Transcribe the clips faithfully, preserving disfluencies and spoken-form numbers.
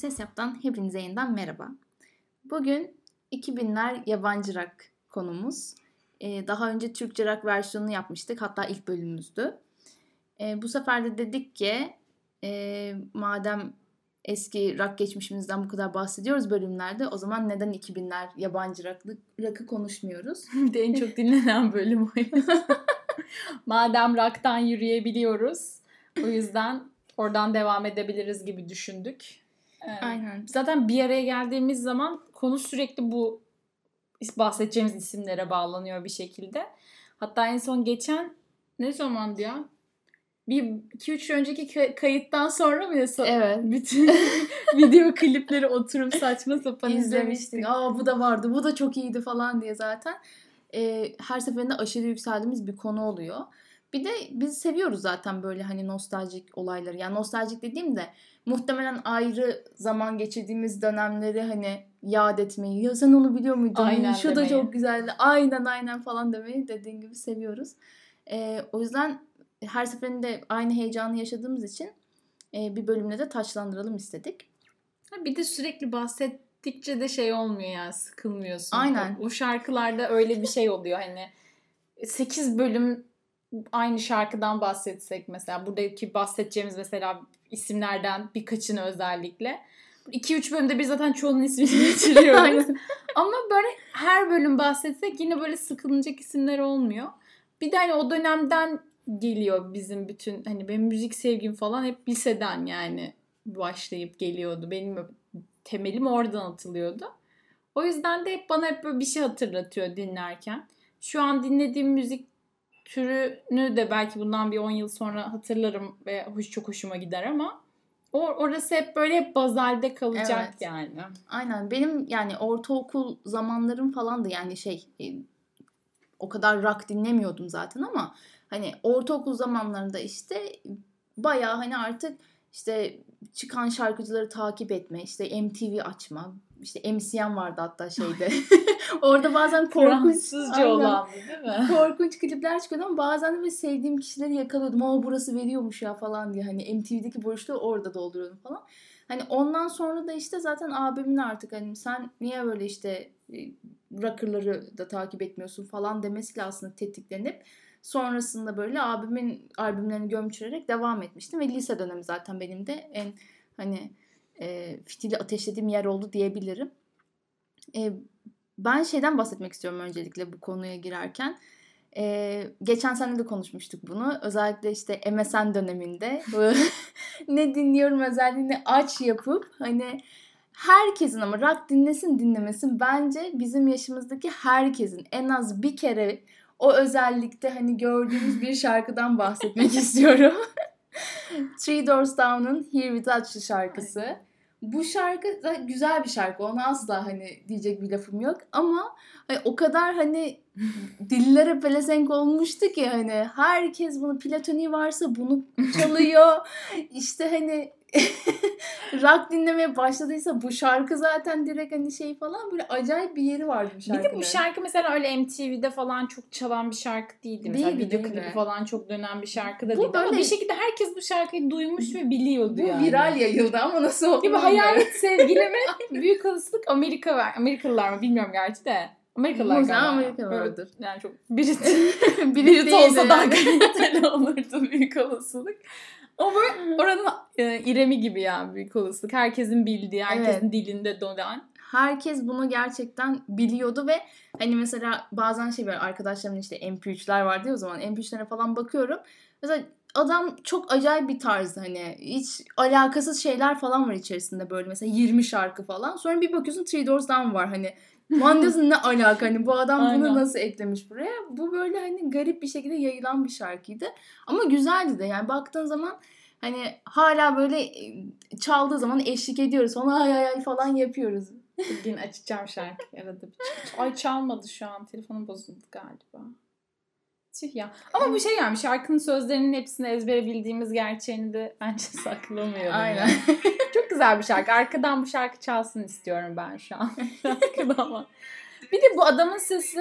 Ses Yap'tan hepinize yeniden merhaba. Bugün iki binler yabancı rock konumuz. Ee, daha önce Türkçe rock versiyonunu yapmıştık. Hatta ilk bölümümüzdü. Ee, bu sefer de dedik ki e, madem eski rock geçmişimizden bu kadar bahsediyoruz bölümlerde, o zaman neden iki binler yabancı rock'ı, rock'ı konuşmuyoruz? Bir de en çok dinlenen bölüm o. Madem rock'tan yürüyebiliyoruz, o yüzden oradan devam edebiliriz gibi düşündük. Ee, Aynen. Zaten bir araya geldiğimiz zaman konu sürekli bu bahsedeceğimiz isimlere bağlanıyor bir şekilde. Hatta en son geçen ne zamandı ya? Bir iki üç önceki kayıttan sonra mı ya? Evet. Bütün video klipleri oturup saçma sapan izlemiştik. Aa bu da vardı, bu da çok iyiydi falan diye zaten. Ee, her seferinde aşırı yükseldiğimiz bir konu oluyor. Bir de biz seviyoruz zaten böyle hani nostaljik olayları. Yani nostaljik dediğim de muhtemelen ayrı zaman geçirdiğimiz dönemleri hani yad etmeyi. Ya sen onu biliyor muydun? Aynen Şu demeyi. da çok güzeldi. Aynen aynen falan demeyi dediğin gibi seviyoruz. Ee, o yüzden her seferinde aynı heyecanı yaşadığımız için e, bir bölümle de taçlandıralım istedik. Bir de sürekli bahsettikçe de şey olmuyor yani, sıkılmıyorsun. Aynen. O, o şarkılarda öyle bir şey oluyor hani sekiz bölüm aynı şarkıdan bahsetsek mesela, buradaki bahsedeceğimiz mesela isimlerden birkaçını özellikle iki üç bölümde bir zaten çoğunun ismini geçiriyoruz. Ama böyle her bölüm bahsetsek yine böyle sıkılacak isimler olmuyor. Bir de hani o dönemden geliyor bizim bütün, hani benim müzik sevgim falan hep liseden yani başlayıp geliyordu. Benim temelim oradan atılıyordu. O yüzden de hep bana hep böyle bir şey hatırlatıyor dinlerken. Şu an dinlediğim müzik türünü de belki bundan bir on yıl sonra hatırlarım ve hoş, çok hoşuma gider ama o, orası hep böyle hep bazalde kalacak, evet. Yani. Aynen. Benim yani ortaokul zamanlarım falandı yani şey e, o kadar rock dinlemiyordum zaten ama hani ortaokul zamanlarında işte bayağı hani artık işte çıkan şarkıcıları takip etme, işte M T V açma, işte M C M vardı hatta şeyde. Orada bazen korkunç olan değil mi? Korkunç klipler çıkıyordu ama bazen de böyle sevdiğim kişileri yakalıyordum. Aa burası veriyormuş ya falan diye. Hani M T V'deki boşluğu orada dolduruyordum falan. Hani ondan sonra da işte zaten abimin artık hani sen niye böyle işte rockerları da takip etmiyorsun falan demesiyle aslında tetiklenip sonrasında böyle abimin albümlerini gömçürerek devam etmiştim. Ve lise dönemi zaten benim de en hani e, fitili ateşlediğim yer oldu diyebilirim. E, ben şeyden bahsetmek istiyorum öncelikle bu konuya girerken. Ee, geçen sene de konuşmuştuk bunu. Özellikle işte M S N döneminde ne dinliyorum özelliğini aç yapıp hani herkesin, ama rock dinlesin dinlemesin, bence bizim yaşımızdaki herkesin en az bir kere o özellikte hani gördüğümüz bir şarkıdan bahsetmek istiyorum. Three Doors Down'un Here We Touch şarkısı. Aynen. Bu şarkı da güzel bir şarkı. Ona asla hani diyecek bir lafım yok. Ama hani o kadar hani dillere pelesenk olmuştu ki hani herkes bunu, platoniği varsa bunu çalıyor. İşte hani rock dinlemeye başladıysa bu şarkı zaten direkt hani şey falan, böyle acayip bir yeri vardı bu şarkının. Bir de bu şarkı mesela öyle M T V'de falan çok çalan bir şarkı değildi. Mesela değil, video klibi falan çok dönen bir şarkı da bu değildi. Böyle... Ama bir şekilde herkes bu şarkıyı duymuş ve biliyordu bu yani. Bu viral yayıldı ama nasıl oldu? Gibi hayalet sevgilimi büyük olasılık Amerika var. Amerikalılar mı bilmiyorum gerçi de. Amerikalılar galiba. Amerikalılardır. Yani çok Brit, Brit olsa daha kaliteli olurdu büyük olasılık. Ama böyle oranın e, İrem'i gibi yani büyük olasılık. Herkesin bildiği, herkesin evet. dilinde dönen. Herkes bunu gerçekten biliyordu ve hani mesela bazen şey böyle arkadaşlarımın işte M P üçler vardı ya, o zaman M P üçlere falan bakıyorum. Mesela adam çok acayip bir tarz, hani hiç alakasız şeyler falan var içerisinde, böyle mesela yirmi şarkı falan. Sonra bir bakıyorsun Three Doors Down var, hani Van diyorsun ne alaka, hani bu adam bunu Aynen. nasıl eklemiş buraya. Bu böyle hani garip bir şekilde yayılan bir şarkıydı. Ama güzeldi de yani baktığın zaman hani hala böyle çaldığı zaman eşlik ediyoruz falan, ay ay ay falan yapıyoruz. Bugün açacağım şarkıyı arada bir. Ay çalmadı şu an, telefonum bozuldu galiba. Tüh ya. Ama bu şey yani şarkının sözlerinin hepsini ezbere bildiğimiz gerçeğini de bence saklamıyorum. Aynen. Yani. Çok güzel bir şarkı. Arkadan bu şarkı çalsın istiyorum ben şu an. Şarkıda ama. Bir de bu adamın sesi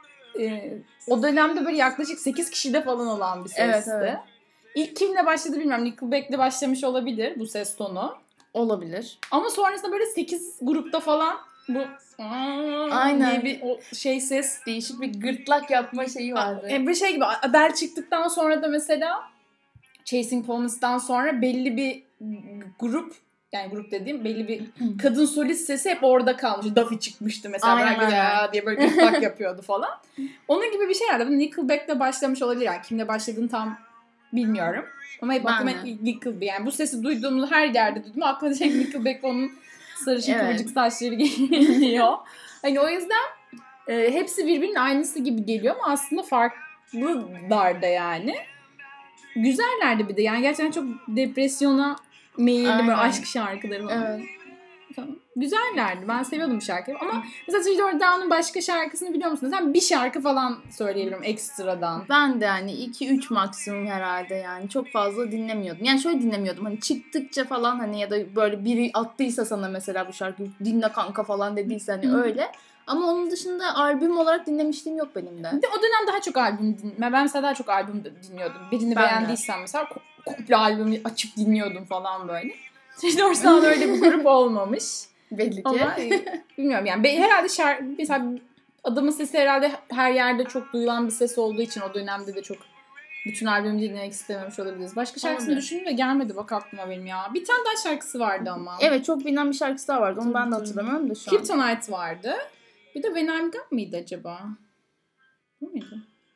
e, o dönemde böyle yaklaşık sekiz kişide falan olan bir sesti. Evet, evet. İlk kimle başladı bilmiyorum. Nickelback'le başlamış olabilir bu ses tonu. Olabilir. Ama sonrasında böyle sekiz grupta falan bu aynen diye bir o şey ses, değişik bir gırtlak yapma şeyi vardı. E, bir şey gibi Adele çıktıktan sonra da mesela Chasing Promise'dan sonra belli bir grup, yani grup dediğim belli bir kadın solist sesi hep orada kalmış. Duffy çıkmıştı mesela. Aynen, belki aynen. diye böyle gırtlak yapıyordu falan. Onun gibi bir şey vardı. Nickelback'le başlamış olabilir. Yani kimle başladığını tam bilmiyorum. Ama hep aklıma Nickelback. Yani bu sesi duyduğumda her yerde duydum. Aklıma şey Nickelback onun sarışın evet. kıvırcık saçları geliyor. Hani o yüzden e, hepsi birbirinin aynısı gibi geliyor ama aslında farklılar da yani. Güzellerdi bir de. Yani gerçekten çok depresyona meyilli böyle aşk şarkıları falan. Evet. Güzellerdi. Ben seviyordum bu şarkıyı. Ama mesela Three Doors Down'un başka şarkısını biliyor musun? Sen bir şarkı falan söyleyebilirim ekstradan. Ben de yani iki üç maksimum herhalde yani. Çok fazla dinlemiyordum. Yani şöyle dinlemiyordum. Hani çıktıkça falan hani ya da böyle biri attıysa sana mesela bu şarkıyı dinle kanka falan dediyse hani öyle. Ama onun dışında albüm olarak dinlemişliğim yok benim de. de o dönem daha çok albüm dinliyordum. Ben mesela daha çok albüm dinliyordum. Birini ben beğendiysen mesela komple albümü açıp dinliyordum falan böyle. Three Doors Down öyle bir grup olmamış. Belli ki. Ama bilmiyorum yani. Herhalde şarkı mesela adamın sesi herhalde her yerde çok duyulan bir ses olduğu için o dönemde de çok bütün albümü dinlemek istememiş olabiliriz. Başka şarkısını düşündüm de gelmedi bak aklıma benim ya. Bir tane daha şarkısı vardı ama. Evet çok bilinen bir şarkısı daha vardı. Onu ben de hatırlamıyorum da şu an. Kryptonite vardı. Bir de When I'm Gone mıydı acaba? Bu muydu?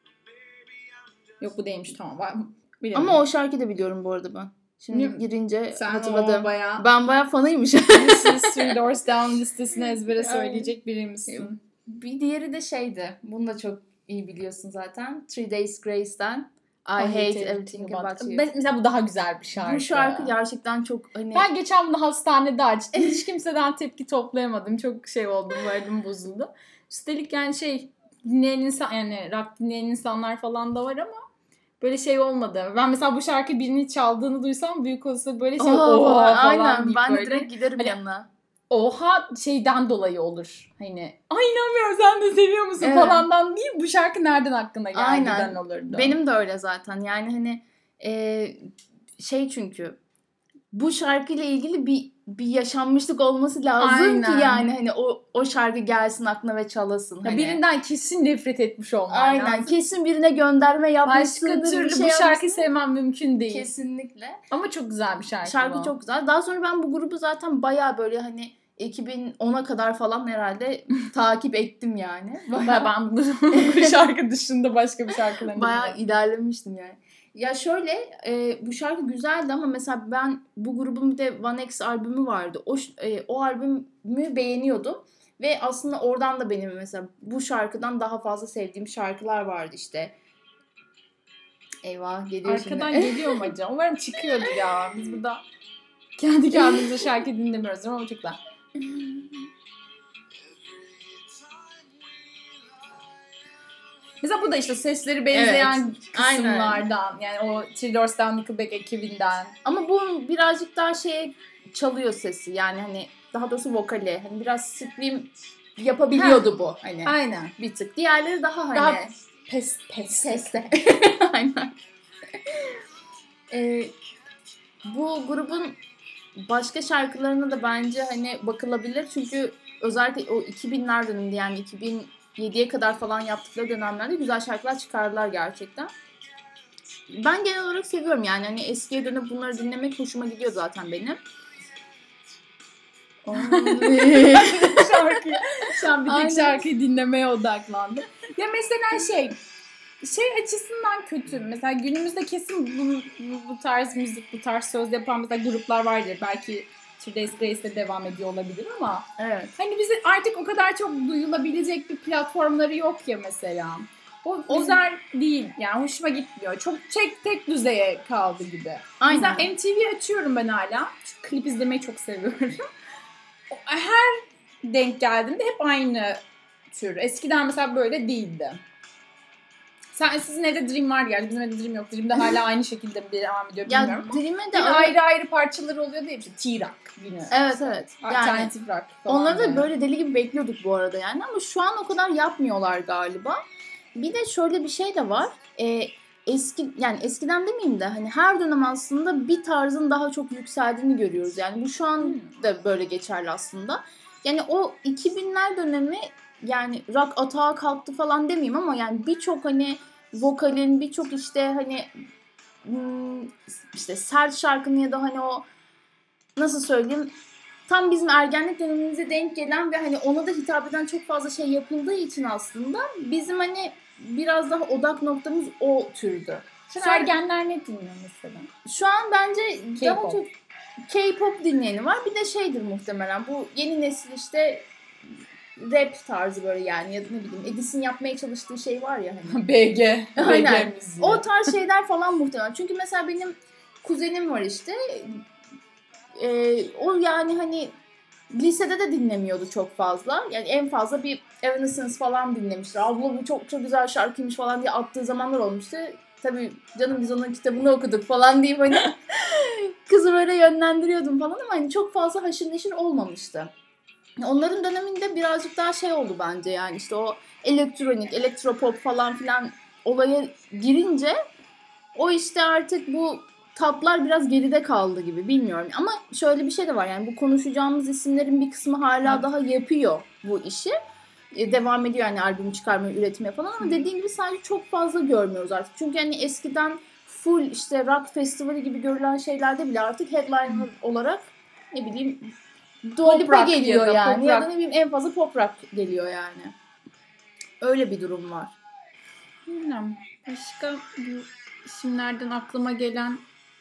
Yok bu değilmiş tamam. Bilemedim. Ama o şarkıyı da biliyorum bu arada ben. Şimdi Hı. girince Sen hatırladım. Bayağı... Ben bayağı fanıymış. Three Doors Down listesine ezbere söyleyecek biriymişsin. Bir diğeri de şeydi. Bunu da çok iyi biliyorsun zaten. Three Days Grace'den I, I Hate, hate Everything About You. Mesela bu daha güzel bir şarkı. Bu şarkı gerçekten çok hani... Ben geçen bunu hastanede açtım. Hiç kimseden tepki toplayamadım. Çok şey oldum, moralim bozuldu. Üstelik yani şey dinleyen insan yani rock dinleyen insanlar falan da var ama böyle şey olmadı. Ben mesela bu şarkı birini çaldığını duysam büyük olsa böyle şey oha, oha falan aynen, deyip ben böyle. de direkt giderim hani, yanına. Oha şeyden dolayı olur. Hani ay inanmıyorum sen de seviyor musun evet. falandan değil. Bu şarkı nereden aklına geldiğinden olurdu. Benim de öyle zaten. Yani hani e, şey çünkü bu şarkıyla ilgili bir bir yaşanmışlık olması lazım aynen. ki yani hani o o şarkı gelsin aklına ve çalasın. Hani. Birinden kesin nefret etmiş olman aynen. lazım. Kesin birine gönderme yapmışsındır. Başka türlü şey bu şarkıyı sevmem mümkün değil. Kesinlikle. Ama çok güzel bir şarkı Şarkı bu. çok güzel. Daha sonra ben bu grubu zaten bayağı böyle hani iki bin ona kadar falan herhalde takip ettim yani. Bayağı ben bu şarkı dışında başka bir şarkılarını bayağı ilerlemiştim yani. Ya şöyle e, bu şarkı güzeldi ama mesela ben bu grubun bir de One X albümü vardı. O e, o albümü beğeniyordum ve aslında oradan da benim mesela bu şarkıdan daha fazla sevdiğim şarkılar vardı işte. Eyvah geliyor arkadan şimdi. Arkadan geliyor mu acaba? Umarım çıkıyordur ya. Biz burada kendi kendimize şarkı dinlemiyoruz ama çok güzel. Mesela bu da işte sesleri benzeyen evet, kısımlardan. Aynen. Yani o Three Doors Down Nickelback ekibinden. Ama bu birazcık daha şey çalıyor sesi. Yani hani daha doğrusu vokali. Hani biraz scream yapabiliyordu ha. bu. Hani aynen. Bir tık. Diğerleri daha hani. Daha pes, pes. Peste. aynen. Ee, bu grubun başka şarkılarına da bence hani bakılabilir. Çünkü özellikle o iki binler döneminde yani iki bin yediye kadar falan yaptıkları dönemlerde güzel şarkılar çıkardılar gerçekten. Ben genel olarak seviyorum yani hani eskiye dönüp bunları dinlemek hoşuma gidiyor zaten benim. şarkı. Şu an bir tek şarkıyı dinlemeye odaklandım. Ya mesela şey şey açısından kötü. Mesela günümüzde kesin bu, bu, bu tarz müzik, bu tarz söz yapan mesela gruplar vardır. Belki Three Days Grace'de devam ediyor olabilir ama evet. Hani bize artık o kadar çok duyulabilecek bir platformları yok ya mesela. O, o güzel değil. Yani hoşuma gitmiyor. Çok tek tek düzeye kaldı gibi. Aynen. Mesela M T V açıyorum ben hala. Çünkü klip izlemeyi çok seviyorum. Her denk geldiğinde hep aynı tür. Eskiden mesela böyle değildi. Sen, sizin evde Dream var gerçi. Bizim evde Dream yok. Dream'de hala aynı şekilde devam ediyor bilmiyorum. Ya Dream'e de yine ayrı ayrı parçaları oluyor değil mi? T-Rock yine. Evet evet. Alternatif yani, rock falan. Onları da yani. Böyle deli gibi bekliyorduk bu arada yani. Ama şu an o kadar yapmıyorlar galiba. Bir de şöyle bir şey de var. Ee, eski yani eskiden demeyeyim de hani her dönem aslında bir tarzın daha çok yükseldiğini görüyoruz. Yani bu şu an da böyle geçerli aslında. Yani o iki binler dönemi yani rock atağa kalktı falan demeyeyim ama yani birçok hani vokalin birçok işte hani işte sert şarkının ya da hani o nasıl söyleyeyim tam bizim ergenlik dönemimize denk gelen ve hani ona da hitap eden çok fazla şey yapıldığı için aslında bizim hani biraz daha odak noktamız o türdü. Sen ergenler ne dinliyor mesela? Şu an bence K-pop. daha çok K-pop dinleyeni var. Bir de şeydir muhtemelen bu yeni nesil işte rap tarzı böyle yani ya da ne bileyim Edis'in yapmaya çalıştığı şey var ya hani. B G. Aynen. B G müziği. O tarz şeyler falan muhtemelen. Çünkü mesela benim kuzenim var işte. Ee, o yani hani lisede de dinlemiyordu çok fazla. Yani en fazla bir Evanescence falan dinlemiştir. Abla bu çok çok güzel şarkıymış falan diye attığı zamanlar olmuştu. Tabii canım biz onun kitabını okuduk falan deyip hani kızı böyle yönlendiriyordum falan ama hani çok fazla haşır neşir olmamıştı. Onların döneminde birazcık daha şey oldu bence yani işte o elektronik, elektropop falan filan olaya girince o işte artık bu tatlar biraz geride kaldı gibi bilmiyorum. Ama şöyle bir şey de var yani bu konuşacağımız isimlerin bir kısmı hala Evet. daha yapıyor bu işi. Ee, devam ediyor yani albüm çıkarmaya, üretmeye falan ama dediğin gibi sadece çok fazla görmüyoruz artık. Çünkü hani eskiden full işte rock festivali gibi görülen şeylerde bile artık headliner olarak ne bileyim Dua Lipa geliyor ya yani ya da ne bileyim en fazla pop rock geliyor yani. Öyle bir durum var. Bilmiyorum. Başka bu isimlerden aklıma gelen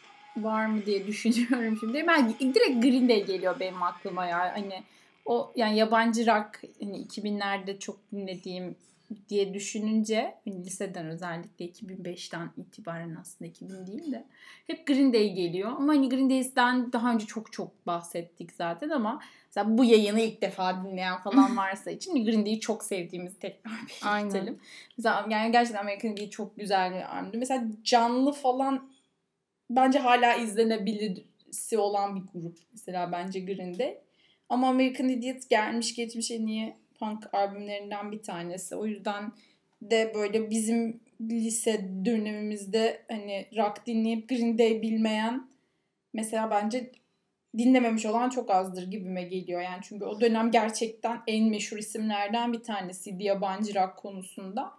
var mı diye düşünüyorum şimdi. Ben direkt Green Day geliyor benim aklıma ya. Hani o yani yabancı rock hani iki binlerde çok dinlediğim diye düşününce hani liseden özellikle iki bin beşten itibaren aslında iki bin değil de hep Green Day geliyor. Ama hani Green Day'den daha önce çok çok bahsettik zaten ama mesela bu yayını ilk defa dinleyen falan varsa için Green Day'i çok sevdiğimizi tekrar belirtelim. Mesela yani gerçekten American Idol çok güzel bir albümdü. Mesela canlı falan bence hala izlenebilirsi olan bir grup. Mesela bence Green Day. Ama American Idiot gelmiş geçmiş en iyi punk albümlerinden bir tanesi. O yüzden de böyle bizim lise dönemimizde hani rock dinleyip Green Day bilmeyen mesela bence dinlememiş olan çok azdır gibime geliyor. Yani çünkü o dönem gerçekten en meşhur isimlerden bir tanesiydi yabancı rock konusunda.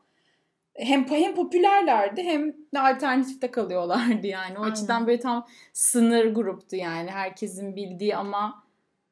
Hem hem popülerlerdi hem de alternatifte kalıyorlardı yani. O Aynen. açıdan böyle tam sınır gruptu yani. Herkesin bildiği ama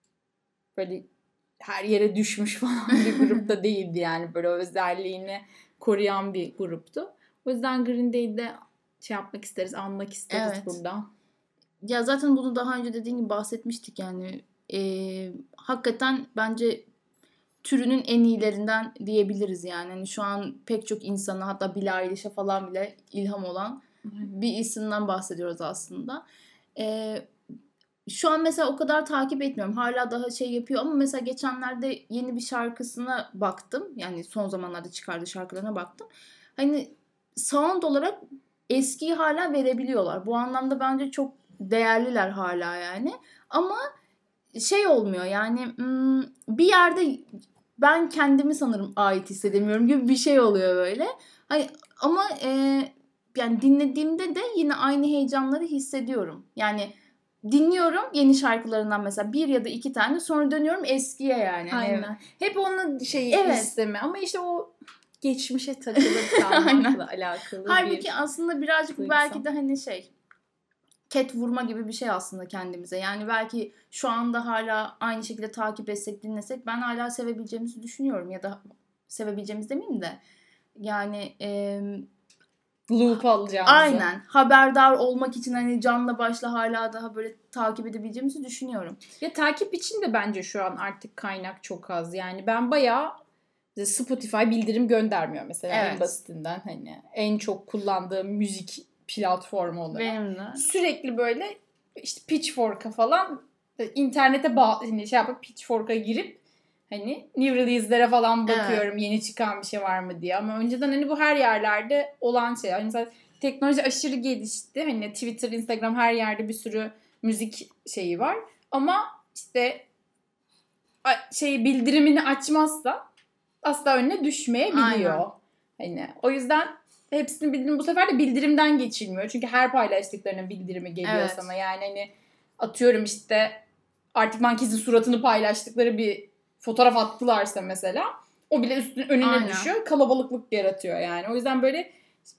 böyle her yere düşmüş falan bir grupta değildi yani. Böyle özelliğini koruyan bir gruptu. O yüzden Green Day'i de şey yapmak isteriz, anmak isteriz evet. burada. Ya zaten bunu daha önce dediğin gibi bahsetmiştik yani. Ee, hakikaten bence türünün en iyilerinden diyebiliriz yani. Hani şu an pek çok insana hatta Billie Eilish'e falan bile ilham olan bir isimden bahsediyoruz aslında. Ee, şu an mesela o kadar takip etmiyorum. Hala daha şey yapıyor ama mesela geçenlerde yeni bir şarkısına baktım. Yani son zamanlarda çıkardığı şarkılarına baktım. Hani sound olarak eskiyi hala verebiliyorlar. Bu anlamda bence çok değerliler hala yani. Ama şey olmuyor yani bir yerde ben kendimi sanırım ait hissedemiyorum gibi bir şey oluyor böyle. Hani ama e, yani dinlediğimde de yine aynı heyecanları hissediyorum. Yani dinliyorum yeni şarkılarından mesela bir ya da iki tane sonra dönüyorum eskiye yani. Aynen. Hani, hep onun şeyi evet. isteme ama işte o geçmişe takılıp kalmakla alakalı. Halbuki bir aslında birazcık duygusal. belki de hani şey ket vurma gibi bir şey aslında kendimize. Yani belki şu anda hala aynı şekilde takip etsek, dinlesek ben hala sevebileceğimizi düşünüyorum. Ya da sevebileceğimiz demeyeyim de yani e, loop alacağımızı. Aynen. Haberdar olmak için hani canla başla hala daha böyle takip edebileceğimizi düşünüyorum. Ya takip için de bence şu an artık kaynak çok az. Yani ben bayağı Spotify bildirim göndermiyor mesela evet. En basitinden hani en çok kullandığım müzik platformu olarak. Benim de. Sürekli böyle işte Pitchfork'a falan internete bağ hani şey yapıp Pitchfork'a girip hani new release'lere falan bakıyorum evet. Yeni çıkan bir şey var mı diye. Ama önceden hani bu her yerlerde olan şey. Hani mesela teknoloji aşırı gelişti. Hani Twitter, Instagram her yerde bir sürü müzik şeyi var. Ama işte şey bildirimini açmazsa asla önüne düşmeyebiliyor. Hani o yüzden hepsini bildirim, bu sefer de bildirimden geçilmiyor. Çünkü her paylaştıklarının bildirimi geliyor Evet. sana. Yani hani atıyorum işte Arctic Monkeys'in suratını paylaştıkları bir fotoğraf attılarsa mesela o bile üstün önüne Aynen. düşüyor. Kalabalıklık yaratıyor yani. O yüzden böyle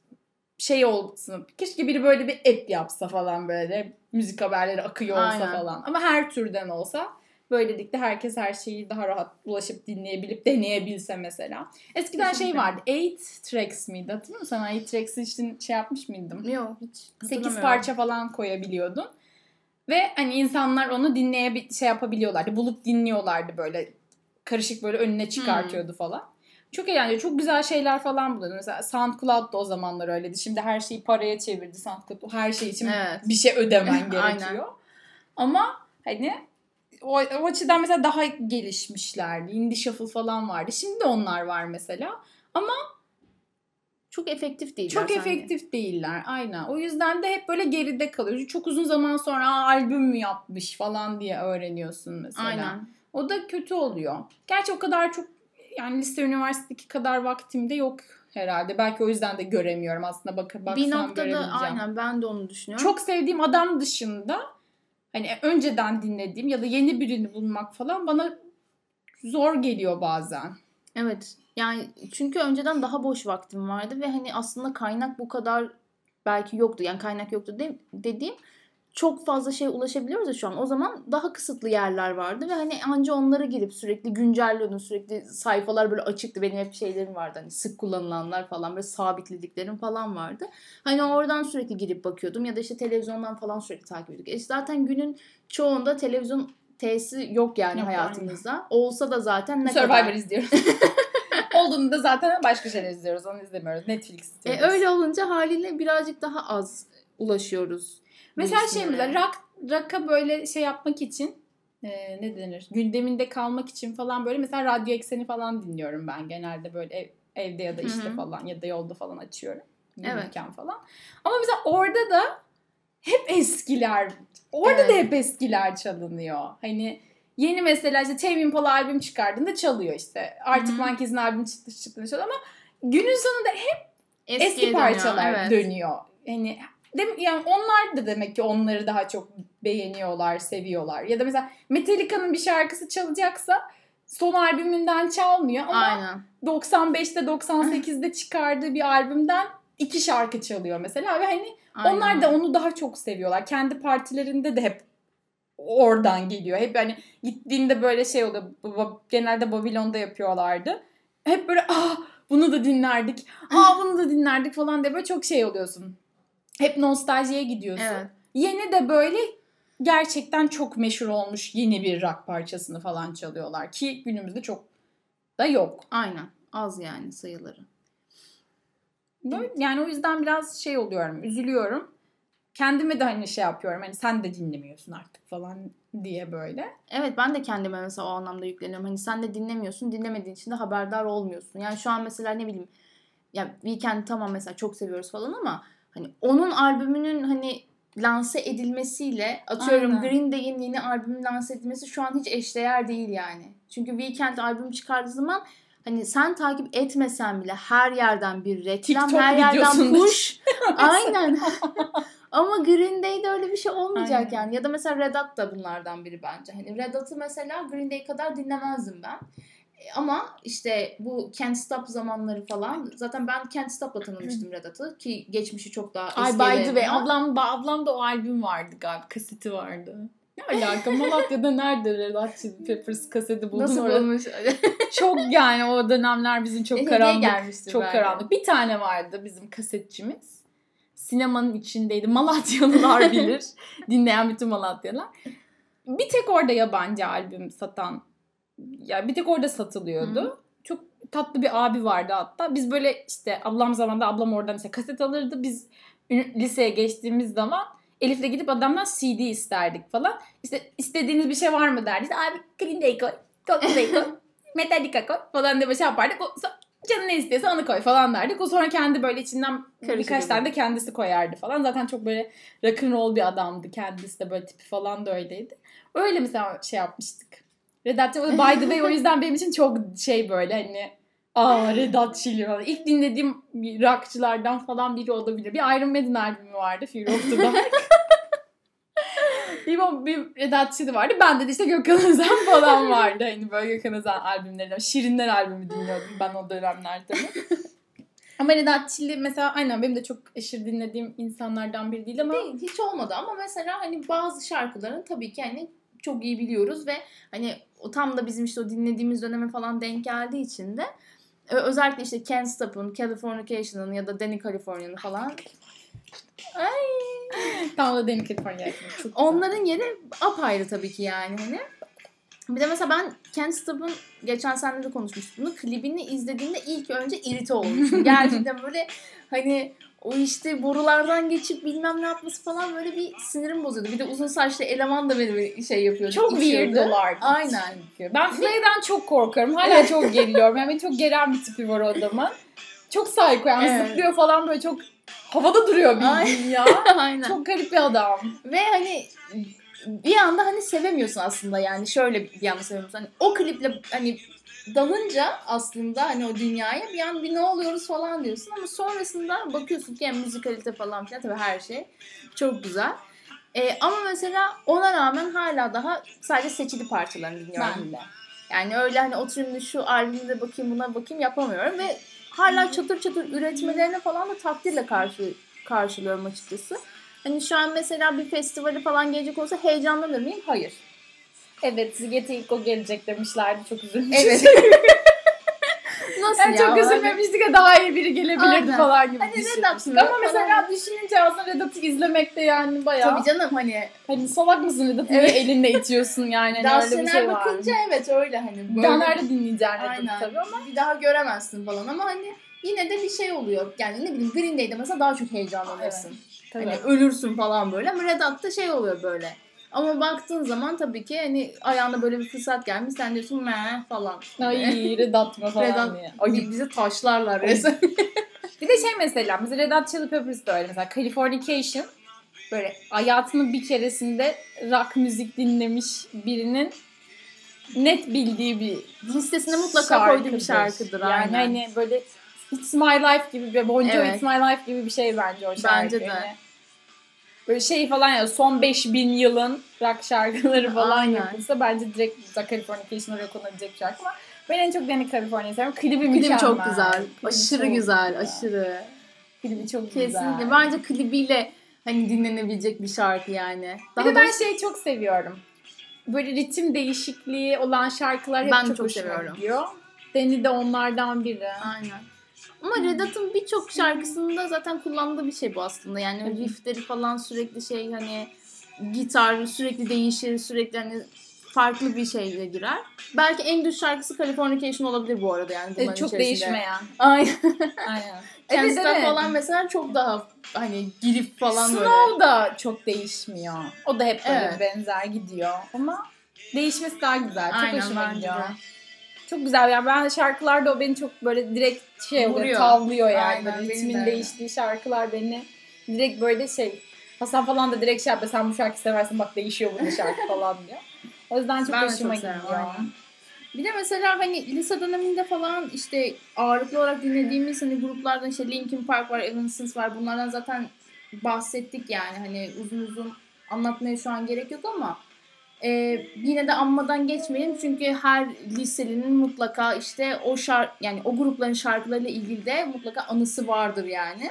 şey olsun. Keşke biri böyle bir app yapsa falan böyle. Müzik haberleri akıyor olsa Aynen. falan. Ama her türden olsa böylelikle herkes her şeyi daha rahat ulaşıp dinleyebilip deneyebilse mesela. Eskiden Kesinlikle. şey vardı. eight tracks miydi? Hatırlıyor musun? Sen eight tracks için şey yapmış mıydım? Yok hiç sekiz hatırlamıyorum. parça falan koyabiliyordun. Ve hani insanlar onu dinleye şey yapabiliyorlardı. Bulup dinliyorlardı böyle. Karışık böyle önüne çıkartıyordu hmm. falan. Çok eğlenceli. Çok güzel şeyler falan buluyordu. Mesela SoundCloud da o zamanlar öyleydi. Şimdi her şeyi paraya çevirdi SoundCloud. Her şey için evet. bir şey ödemen gerekiyor. Ama hani o, o açıdan mesela daha gelişmişlerdi. Indie Shuffle falan vardı. Şimdi de onlar var mesela. Ama çok efektif değiller Çok sanki. efektif değiller. Aynen. O yüzden de hep böyle geride kalıyor. Çok uzun zaman sonra albüm mü yapmış falan diye öğreniyorsun mesela. Aynen. O da kötü oluyor. Gerçi o kadar çok yani lise üniversitedeki kadar vaktimde yok herhalde. Belki o yüzden de göremiyorum aslında. Bak, baksam bir noktada görebileceğim. Aynen ben de onu düşünüyorum. Çok sevdiğim adam dışında hani önceden dinlediğim ya da yeni birini bulmak falan bana zor geliyor bazen. Evet. Yani çünkü önceden daha boş vaktim vardı ve hani aslında kaynak bu kadar belki yoktu. Yani kaynak yoktu de, dediğim çok fazla şeye ulaşabiliyoruz ya şu an. O zaman daha kısıtlı yerler vardı ve hani anca onlara girip sürekli güncelliyordum. Sürekli sayfalar böyle açıktı. Benim hep şeylerim vardı. Hani sık kullanılanlar falan böyle sabitlediklerim falan vardı. Hani oradan sürekli girip bakıyordum ya da işte televizyondan falan sürekli takip ediyorduk. E zaten günün çoğunda televizyon T'si yok yani yok, hayatımızda. Aynen. Olsa da zaten ne Survivor kadar. Survivor izliyoruz. Olduğunda zaten başka şeyler izliyoruz. Onu izlemiyoruz. Netflix izliyoruz. E öyle olunca haliyle birazcık daha az ulaşıyoruz. Mesela şey mesela rock, rock'a böyle şey yapmak için e, ne denir? Gündeminde kalmak için falan böyle mesela Radyo Eksen'i falan dinliyorum ben genelde böyle ev, evde ya da işte Hı-hı. falan ya da yolda falan açıyorum. Evet. Falan. Ama mesela orada da hep eskiler. Orada evet. da hep eskiler çalınıyor. Hani yeni mesela işte Tame Impala albüm çıkardığında çalıyor işte. Arctic Monkeys'in albüm çıktı çıktı çalıyor ama günün sonunda hep Eskiye eski parçalar dönüyor. Evet. dönüyor. Hani yani onlar da demek ki onları daha çok beğeniyorlar, seviyorlar. Ya da mesela Metallica'nın bir şarkısı çalacaksa son albümünden çalmıyor ama Aynen. doksan beşte doksan sekizde çıkardığı bir albümden iki şarkı çalıyor mesela ve hani Aynen. onlar da onu daha çok seviyorlar. Kendi partilerinde de hep oradan geliyor. Hep hani gittiğinde böyle şey oluyor. Genelde Babylon'da yapıyorlardı. Hep böyle ah bunu da dinlerdik. Aa bunu da dinlerdik falan diye böyle çok şey oluyorsun. Hep nostaljiye gidiyorsun. Evet. Yeni de böyle gerçekten çok meşhur olmuş yeni bir rock parçasını falan çalıyorlar. Ki günümüzde çok da yok. Aynen. Az yani sayıları. Böyle, evet. Yani o yüzden biraz şey oluyorum. Üzülüyorum. Kendime de hani şey yapıyorum. Hani sen de dinlemiyorsun artık falan diye böyle. Evet ben de kendime mesela o anlamda yükleniyorum. Hani sen de dinlemiyorsun. Dinlemediğin için de haberdar olmuyorsun. Yani şu an mesela ne bileyim ya Weekend tamam mesela çok seviyoruz falan ama hani onun albümünün hani lanse edilmesiyle atıyorum Aynen. Green Day'in yeni albümün lanse edilmesi şu an hiç eşdeğer değil yani. Çünkü Weekend albüm çıkardığı zaman hani sen takip etmesen bile her yerden bir reklam, TikTok her yerden push. Aynen. Ama Green Day'de öyle bir şey olmayacak Aynen. yani. Ya da mesela Red Hot da bunlardan biri bence. Hani Red Hot'ı mesela Green Day kadar dinlemezdim ben. Ama işte bu Can't Stop zamanları falan. Zaten ben Can't Stop'la tanımıştım Red Hot'ı. Ki geçmişi çok daha eski. Ay by the way ablam, ablam da o albüm vardı galiba. Kaseti vardı. Ne alaka? Malatya'da nerede Red Hot Chili Peppers kaseti buldun? Nasıl bulmuş? Çok yani o dönemler bizim çok e, karanlık. Çok belki. karanlık. Bir tane vardı bizim kasetçimiz. Sinemanın içindeydi. Malatyalılar bilir. Dinleyen bütün Malatyalılar. Bir tek orada yabancı albüm satan yani bir tek orada satılıyordu. Hı. Çok tatlı bir abi vardı hatta. Biz böyle işte ablam zamanında ablam oradan işte kaset alırdı. Biz liseye geçtiğimiz zaman Elif'le gidip adamdan C D isterdik falan. İşte istediğiniz bir şey var mı derdi. İşte abi Green Day koy, Coldplay koy, Metallica koy falan diye şey yapardık. O, canın ne istiyorsa onu koy falan derdik. O sonra kendi böyle içinden Karışık birkaç tane de kendisi koyardı falan. Zaten çok böyle rock'n'roll bir adamdı. Kendisi de böyle tipi falan da öyleydi. Öyle mesela şey yapmıştık. Red Hot by the way o yüzden benim için çok şey böyle hani Aa, Red Hot Chili falan. İlk dinlediğim rockçılardan falan biri olabilir. Bir Iron Maiden albümü vardı. Fear of the Dark. bir, bir Red Hot Chili vardı. Bende de işte Gökhan Özen falan vardı. Hani böyle Gökhan Özen albümlerinden. Şirinler albümü dinliyordum ben o dönemlerde. Ama Red Hot Chili mesela aynen benim de çok aşırı dinlediğim insanlardan biri değil ama. Değil, hiç olmadı ama mesela hani bazı şarkılarını tabii ki hani çok iyi biliyoruz ve hani o tam da bizim işte o dinlediğimiz döneme falan denk geldiği için de özellikle işte Can't Stop'un, Californication'ın ya da Danny California'nın falan. Ay. Tam da Danny California. Onların yeri apayrı tabii ki yani hani. Bir de mesela ben Can't Stop'un geçen sene de konuşmuştuk bunu. Klibini izlediğimde ilk önce irite olmuştum. Gerçekten böyle hani o işte borulardan geçip bilmem ne yapması falan böyle bir sinirim bozuyordu. Bir de uzun saçlı eleman da beni şey yapıyordu. Çok weirdolardı. Aynen. Ben Flay'den çok korkarım. Hala çok geriliyorum. Yani çok geren bir tipi var o adamın. Çok psycho yani evet. Zıplıyor falan böyle çok havada duruyor bildiğin ya. Aynen. Çok garip bir adam. Ve hani bir anda hani sevemiyorsun aslında yani şöyle bir anda sevemiyorsun. Hani o kliple hani dalınca aslında hani o dünyaya bir an bir ne oluyoruz falan diyorsun ama sonrasında bakıyorsun ki yani müzikalite falan filan tabii her şey çok güzel. Ee, ama mesela ona rağmen hala daha sadece seçili parçalarını dinliyorum. Ben de. Yani öyle hani oturayım da şu albümde bakayım buna bakayım yapamıyorum ve hala çatır çatır üretmelerine falan da takdirle karşı karşılıyorum açıkçası. Hani şu an mesela bir festivali falan gelecek olsa heyecanlanır mıyım? Hayır. Evet, Ziget'e ilk o gelecek demişlerdi. Çok üzülmüştüm. Evet. Nasıl yani ya? Çok üzülmemiştik ya daha iyi biri gelebilirdi aynen. Falan gibi hani düşünmüştük. Ama mesela falan. Düşününce aslında Vedat'ı izlemek de yani bayağı. Tabii canım hani. Hani salak mısın Vedat'ı evet. Niye elinle itiyorsun yani? Daha öyle bir şey var. Bakınca evet öyle hani. Böyle... Daha nerede dinleyeceksin Vedat'ı tabii ama. Bir daha göremezsin falan ama hani yine de bir şey oluyor. Yani ne bileyim Green Day'de mesela daha çok heyecanlanırsın. Evet. Tabii. Hani ölürsün falan böyle ama Red Hot'ta şey oluyor böyle. Ama baktığın zaman tabii ki hani ayağına böyle bir fırsat gelmiş sen diyorsun meh falan. Ay Red Hot mı falan Red Hot, diye. Ay bizi taşlarlar resmen. Bir de şey mesela mesela Red Hot Chili Peppers de öyle mesela Californication böyle hayatının bir keresinde rock müzik dinlemiş birinin net bildiği bir listesine mutlaka koyduğu bir şarkıdır. Yani aynen. Hani böyle It's My Life gibi bir Bon Jovi evet. It's My Life gibi bir şey bence o şarkı. Bence de. Yani böyle şey falan ya son beş bin yılın rock şarkıları falan aynen. Yapılsa bence direkt Californication oraya konabilecek şarkı ama ben en çok Danny California'yı seviyorum. Klibi Klibi mükemmel. çok güzel. Klibi aşırı çok güzel, güzel. Aşırı. Klibi çok kesinlikle. güzel. Kesinlikle. Bence klibiyle hani dinlenebilecek bir şarkı yani. Daha bir de ben doğrusu... şeyi çok seviyorum. Böyle ritim değişikliği olan şarkılar hep ben çok, çok seviyorum. Gidiyor. Danny de onlardan biri. Aynen. Ama Red Hot'ın birçok şarkısında zaten kullandığı bir şey bu aslında. Yani evet. Riffleri falan sürekli şey hani gitar sürekli değişir, sürekli hani farklı bir şeyle girer. Belki en düz şarkısı Californication olabilir bu arada yani bunların evet, çok içerisinde. değişmeyen. Aynen. Aynen. Evet, evet. Falan mesela çok daha hani girip falan Snow böyle. Snow da çok değişmiyor. O da hep böyle evet. Benzer gidiyor. Ama değişmesi daha güzel. Çok aynen, hoşuma gidiyor. De. Çok güzel yani ben şarkılarda o beni çok böyle direkt şey oluyor, tavlıyor yani. Aynen, böyle ritmin değiştiği şarkılar beni direkt böyle şey Hasan falan da direkt şey yapıyor sen bu şarkıyı seversin bak değişiyor bu şarkı falan diyor. O yüzden çok ben hoşuma çok gidiyor. Bir de mesela hani lise döneminde falan işte ağırlıklı olarak dinlediğimiz hani gruplardan işte Linkin Park var, Evanescence var. Bunlardan zaten bahsettik yani hani uzun uzun anlatmaya şu an gerek yok ama e, yine de anmadan geçmeyelim çünkü her liselinin mutlaka işte o şarkı yani o grupların şarkılarıyla ilgili de mutlaka anısı vardır yani.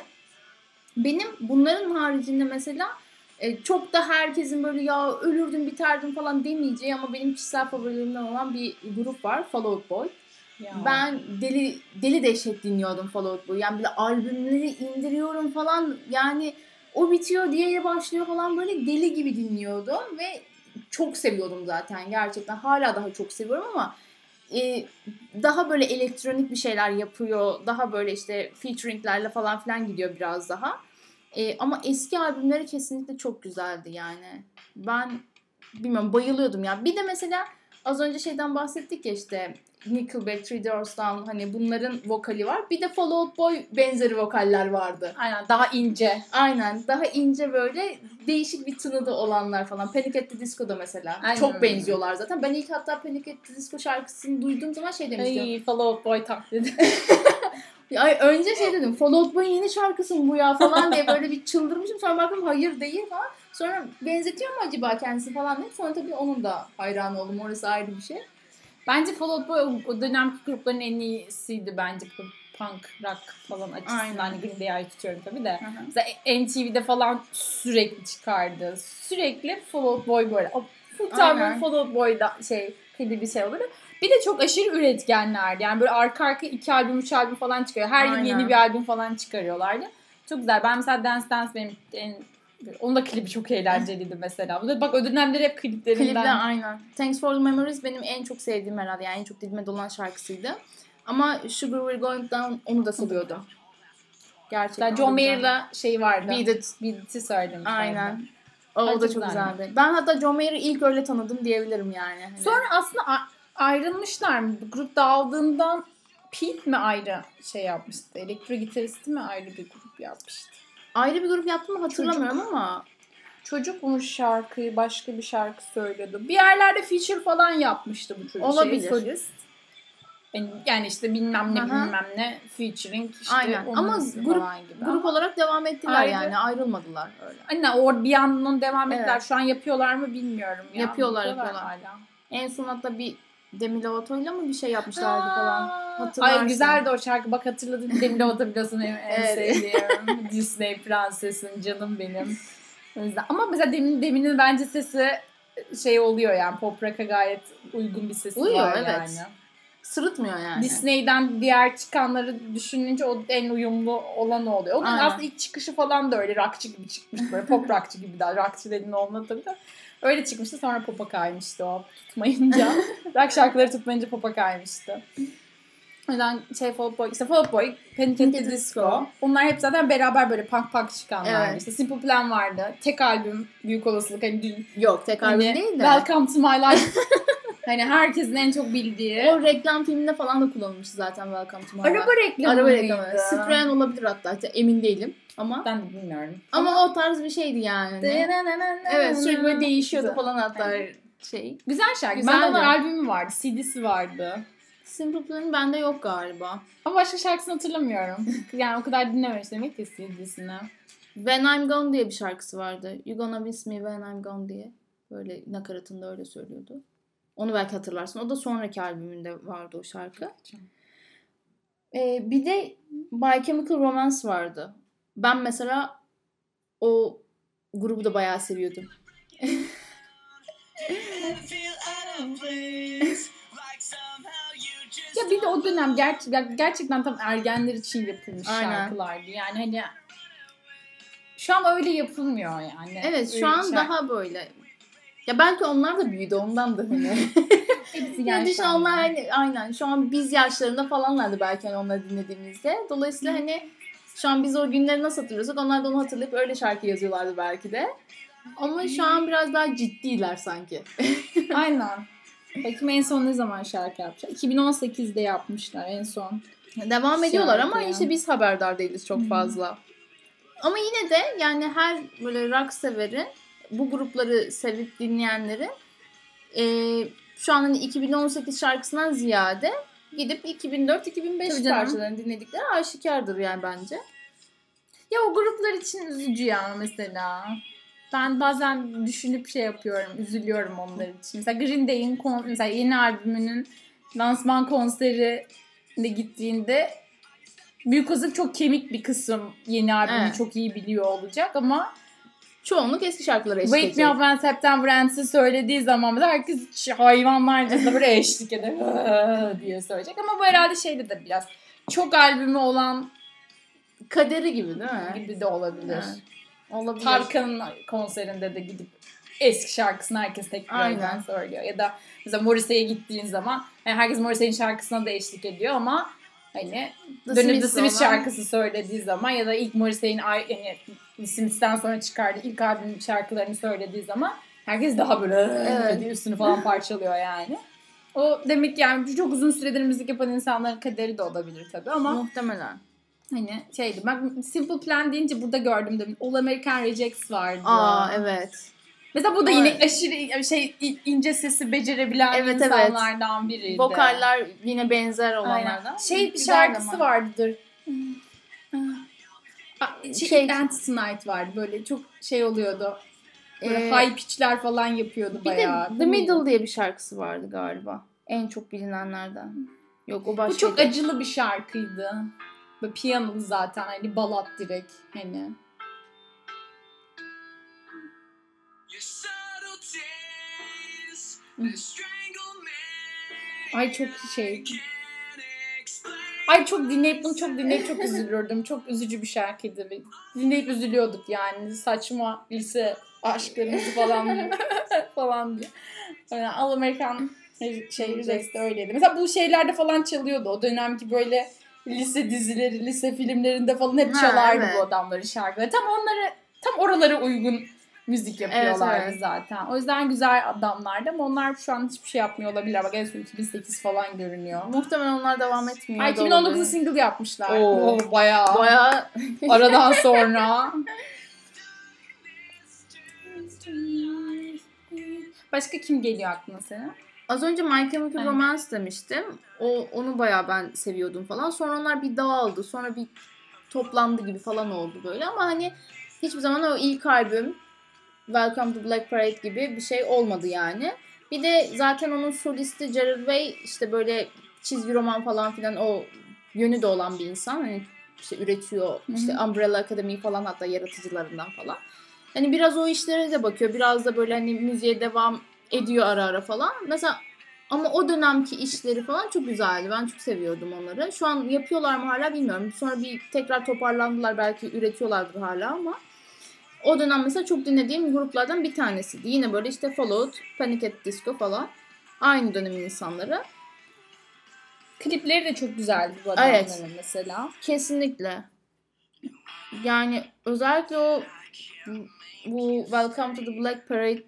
Benim bunların haricinde mesela e, çok da herkesin böyle ya ölürdüm biterdim falan demeyeceği ama benim kişisel favorilerimden olan bir grup var. Fall Out Boy. Ya. Ben deli deli dehşet dinliyordum Fall Out Boy. Yani böyle albümleri indiriyorum falan yani o bitiyor diğeri başlıyor falan böyle deli gibi dinliyordum ve çok seviyordum zaten gerçekten. Hala daha çok seviyorum ama e, daha böyle elektronik bir şeyler yapıyor. Daha böyle işte featuringlerle falan filan gidiyor biraz daha. E, ama eski albümleri kesinlikle çok güzeldi yani. Ben bilmiyorum bayılıyordum ya. Bir de mesela az önce şeyden bahsettik ya işte Nickelback, Three Doors'tan hani bunların vokali var. Bir de Fall Out Boy benzeri vokaller vardı. Aynen daha ince. Aynen daha ince böyle değişik bir tınıda olanlar falan. Panic at the Disco'da mesela. Aynen. Çok benziyorlar zaten. Ben ilk hatta Panic at the Disco şarkısını duyduğum zaman şey demiştim. Ay Fall Out Boy taklidi. Ay önce şey dedim. Fall Out Boy'un yeni şarkısı mı bu ya falan diye böyle bir çıldırmışım. Sonra baktım hayır değil falan. Sonra benzetiyor mu acaba kendisi falan diye. Sonra tabii onun da hayranı oldum. Orası ayrı bir şey. Bence Fall Out Boy o dönemki grupların en iyisiydi bence. Punk, rock falan açısından. Aynen. Hani Green Day'i ayrı tutuyorum tabii de. Hı hı. Mesela M T V'de falan sürekli çıkardı. Sürekli Fall Out Boy böyle. Full time Fall Out Boy'da şey, bir şey olur. Bir de çok aşırı üretkenlerdi. Yani böyle arka arka iki albüm, üç albüm falan çıkıyor. Her Aynen. yıl yeni bir albüm falan çıkarıyorlardı. Çok güzel. Ben mesela Dance Dance benim en... Onun da klibi çok eğlenceliydi mesela. Bak o dönemleri hep kliplerinden. Klipler aynen. Thanks for the Memories benim en çok sevdiğim herhalde. Yani en çok dilime dolan şarkısıydı. Ama Sugar We're Going Down onu da seviyordum. Gerçekten. John Mayer'la şey vardı. Beat It. Beat It'i söyledim. Aynen. O, o da çok güzeldi. güzeldi. Ben hatta John Mayer'ı ilk öyle tanıdım diyebilirim yani. Hani. Sonra aslında ayrılmışlar mı? Grup dağıldığından Pete mi ayrı şey yapmıştı? Elektro gitaristi mi ayrı bir grup yapmıştı? Ayrı bir grup yaptı mı hatırlamıyorum Çocuk. ama. Çocukmuş şarkıyı başka bir şarkı söylüyordu. Bir yerlerde feature falan yapmıştı bu çocuk. Olabilir. Şey, solist. Yani, yani işte bilmem ne Aha. bilmem ne featuring işte aynen. Ama grup, gibi. grup olarak devam ettiler Ayrı. yani ayrılmadılar öyle. Aynen o bir yandan devam ettiler. Evet. Şu an yapıyorlar mı bilmiyorum. Ya. Yapıyorlar yapıyorlar. Hala. En son hatta bir Demi Lovato'yla mı bir şey yapmışlardı Aa, falan. Hatırlarsın. Ay güzeldi o şarkı. Bak hatırladım. Demi Lovato biliyorsun en, en sevdiğim. Disney prensesin canım benim. Ama mesela Demi'nin Demi'nin bence sesi şey oluyor yani pop rock'a gayet uygun bir sesi Uyuyor, var evet. yani. Sırıtmıyor yani. Disney'den diğer çıkanları düşününce o en uyumlu olan o oluyor. Onun aslında ilk çıkışı falan da öyle rockçı gibi çıkmış. Böyle pop rockçı gibi daha. Rockçı dediğin olmadı tabii de. Öyle çıkmıştı sonra pop'a kaymıştı o tutmayınca. Rock şarkıları tutmayınca pop'a kaymıştı. O yüzden şey Fall Out Boy, işte Fall Out Boy, Panic at the Disco. Onlar hep zaten beraber böyle punk punk çıkanlar. Evet. İşte Simple Plan vardı. Tek albüm büyük olasılık hani dün. Yok tek albüm hani, değil de. Welcome to My Life. Hani herkesin en çok bildiği. O reklam filminde falan da kullanılmıştı zaten Welcome to My Life. Araba reklamı. Araba reklamı. Citroen olabilir hatta. Emin değilim. Ama ben de bilmiyorum. Ama, ama o tarz bir şeydi yani. Evet sürekli böyle değişiyordu falan hatta şey. Güzel şarkı. Güzeldi. Bende onlar albümü vardı. C D'si vardı. Simple Plan'ın bende yok galiba. Ama başka şarkısını hatırlamıyorum. Yani o kadar dinlememiş demek ki C D'sini. When I'm Gone diye bir şarkısı vardı. You Gonna Miss Me When I'm Gone diye. Böyle nakaratında öyle söylüyordu. Onu belki hatırlarsın. O da sonraki albümünde vardı o şarkı. Ee, bir de My Chemical Romance vardı. Ben mesela o grubu da bayağı seviyordum. Ya bir de o dönem ger- gerçekten tam ergenler için yapılmış Aynen. şarkılardı. Yani hani şu an öyle yapılmıyor yani. Evet şu an şarkı. Daha böyle. Ya belki onlar da büyüdü ondan da hani. Hepsi yani düşün onlar hani aynen şu an biz yaşlarında falanlardı belki hani onları dinlediğimizde. Dolayısıyla hani şu an biz o günleri nasıl hatırlıyorsak onlar da onu hatırlayıp öyle şarkı yazıyorlardı belki de. Ama şu an biraz daha ciddiler sanki. Aynen. Bakayım en son ne zaman şarkı yapacak? iki bin on sekizde yapmışlar en son. Devam ediyorlar şarkı ama yani. işte biz haberdar değiliz çok fazla. Hmm. Ama yine de yani her böyle rock severin bu grupları sevip dinleyenlerin e, şu an hani iki bin on sekiz şarkısından ziyade gidip iki bin dört iki bin beş parçalarını dinledikleri aşikardır yani bence. Ya o gruplar için üzücü ya mesela. Ben bazen düşünüp şey yapıyorum, üzülüyorum onlar için. Mesela Green Day'in kon- mesela yeni albümünün lansman konserine gittiğinde büyük olasılık çok kemik bir kısım yeni albümü evet. çok iyi biliyor olacak ama çoğunluk eski şarkılara eşlik edecek. Wake Me Up When September Ends'i söylediği zaman da herkes hayvanlarcasına böyle eşlik eder diye söyleyecek. Ama bu herhalde şeyde de biraz çok albümü olan kaderi gibi değil mi? Gibi de olabilir. Evet. Olabilir. Tarkan'ın konserinde de gidip eski şarkısını herkes tekrardan söylüyor. Ya da mesela Morrissey'e gittiğin zaman yani herkes Morrissey'in şarkısına da eşlik ediyor ama hani dönüp The Smiths şarkısı söylediği zaman ya da ilk Morrissey'in yani The Smiths'ten sonra çıkardığı ilk albüm şarkılarını söylediği zaman herkes daha böyle evet. üstünü falan parçalıyor yani. O demek yani çok uzun süredir müzik yapan insanların kaderi de olabilir tabii ama. Muhtemelen. Hani şeydi. Ben Simple Plan deyince burada gördüm demin. All American Rejects vardı. Aa evet. Mesela bu da yine aşırı şey ince sesi becerebilen evet, insanlardan evet. biriydi. Vokaller yine benzer olanlardan. Aynen. Şey bir şarkısı ama. vardır. Şey, şey Dance Tonight vardı. Böyle çok şey oluyordu. Böyle ee, high pitch'ler falan yapıyordu bir bayağı. Bir de The Middle diye bir şarkısı vardı galiba. En çok bilinenlerden. Yok o başka. Bu çok acılı bir şarkıydı. Böyle piyanolu zaten hani balat direkt hani. Ay çok şey. Ay çok dinleyip bunu çok dinleyip çok üzülürdüm. Çok üzücü bir şarkıydı. Dinleyip üzülüyorduk yani. Saçma lise aşklarımızı falan falan diye. Yani All American şey Rejects de öyleydi. Mesela bu şeylerde falan çalıyordu. O dönemki böyle lise dizileri, lise filmlerinde falan hep çalardı ha, evet. bu adamların şarkıları. Tam onları, tam oralara uygun müzik yapıyorlardı evet, evet. zaten. O yüzden güzel adamlardı ama onlar şu an hiçbir şey yapmıyor olabilir. Bak en son iki bin sekiz falan görünüyor. Muhtemelen onlar devam etmiyor. Ay iki bin on dokuzda single yapmışlar. Oo, Oo bayağı. Bayağı. Aradan sonra. Başka kim geliyor aklına senin? Az önce My Chemical Romance demiştim. O, onu bayağı ben seviyordum falan. Sonra onlar bir dağıldı. Sonra bir toplandı gibi falan oldu böyle. Ama hani hiçbir zaman o ilk albüm Welcome to Black Parade gibi bir şey olmadı yani. Bir de zaten onun solisti Gerard Way işte böyle çizgi roman falan filan o yönü de olan bir insan. Hani işte üretiyor. Hı-hı. İşte Umbrella Academy falan hatta yaratıcılarından falan. Hani biraz o işlere de bakıyor. Biraz da böyle hani müziğe devam ediyor ara ara falan. Mesela ama o dönemki işleri falan çok güzeldi. Ben çok seviyordum onları. Şu an yapıyorlar mı hala bilmiyorum. Sonra bir tekrar toparlandılar. Belki üretiyorlardır hala ama o dönem mesela çok dinlediğim gruplardan bir tanesiydi. Yine böyle işte Fallout, Panic at Disco falan. Aynı dönemin insanları. Klipleri de çok güzeldi bu adamların evet. mesela. Kesinlikle. Yani özellikle o bu Welcome to the Black Parade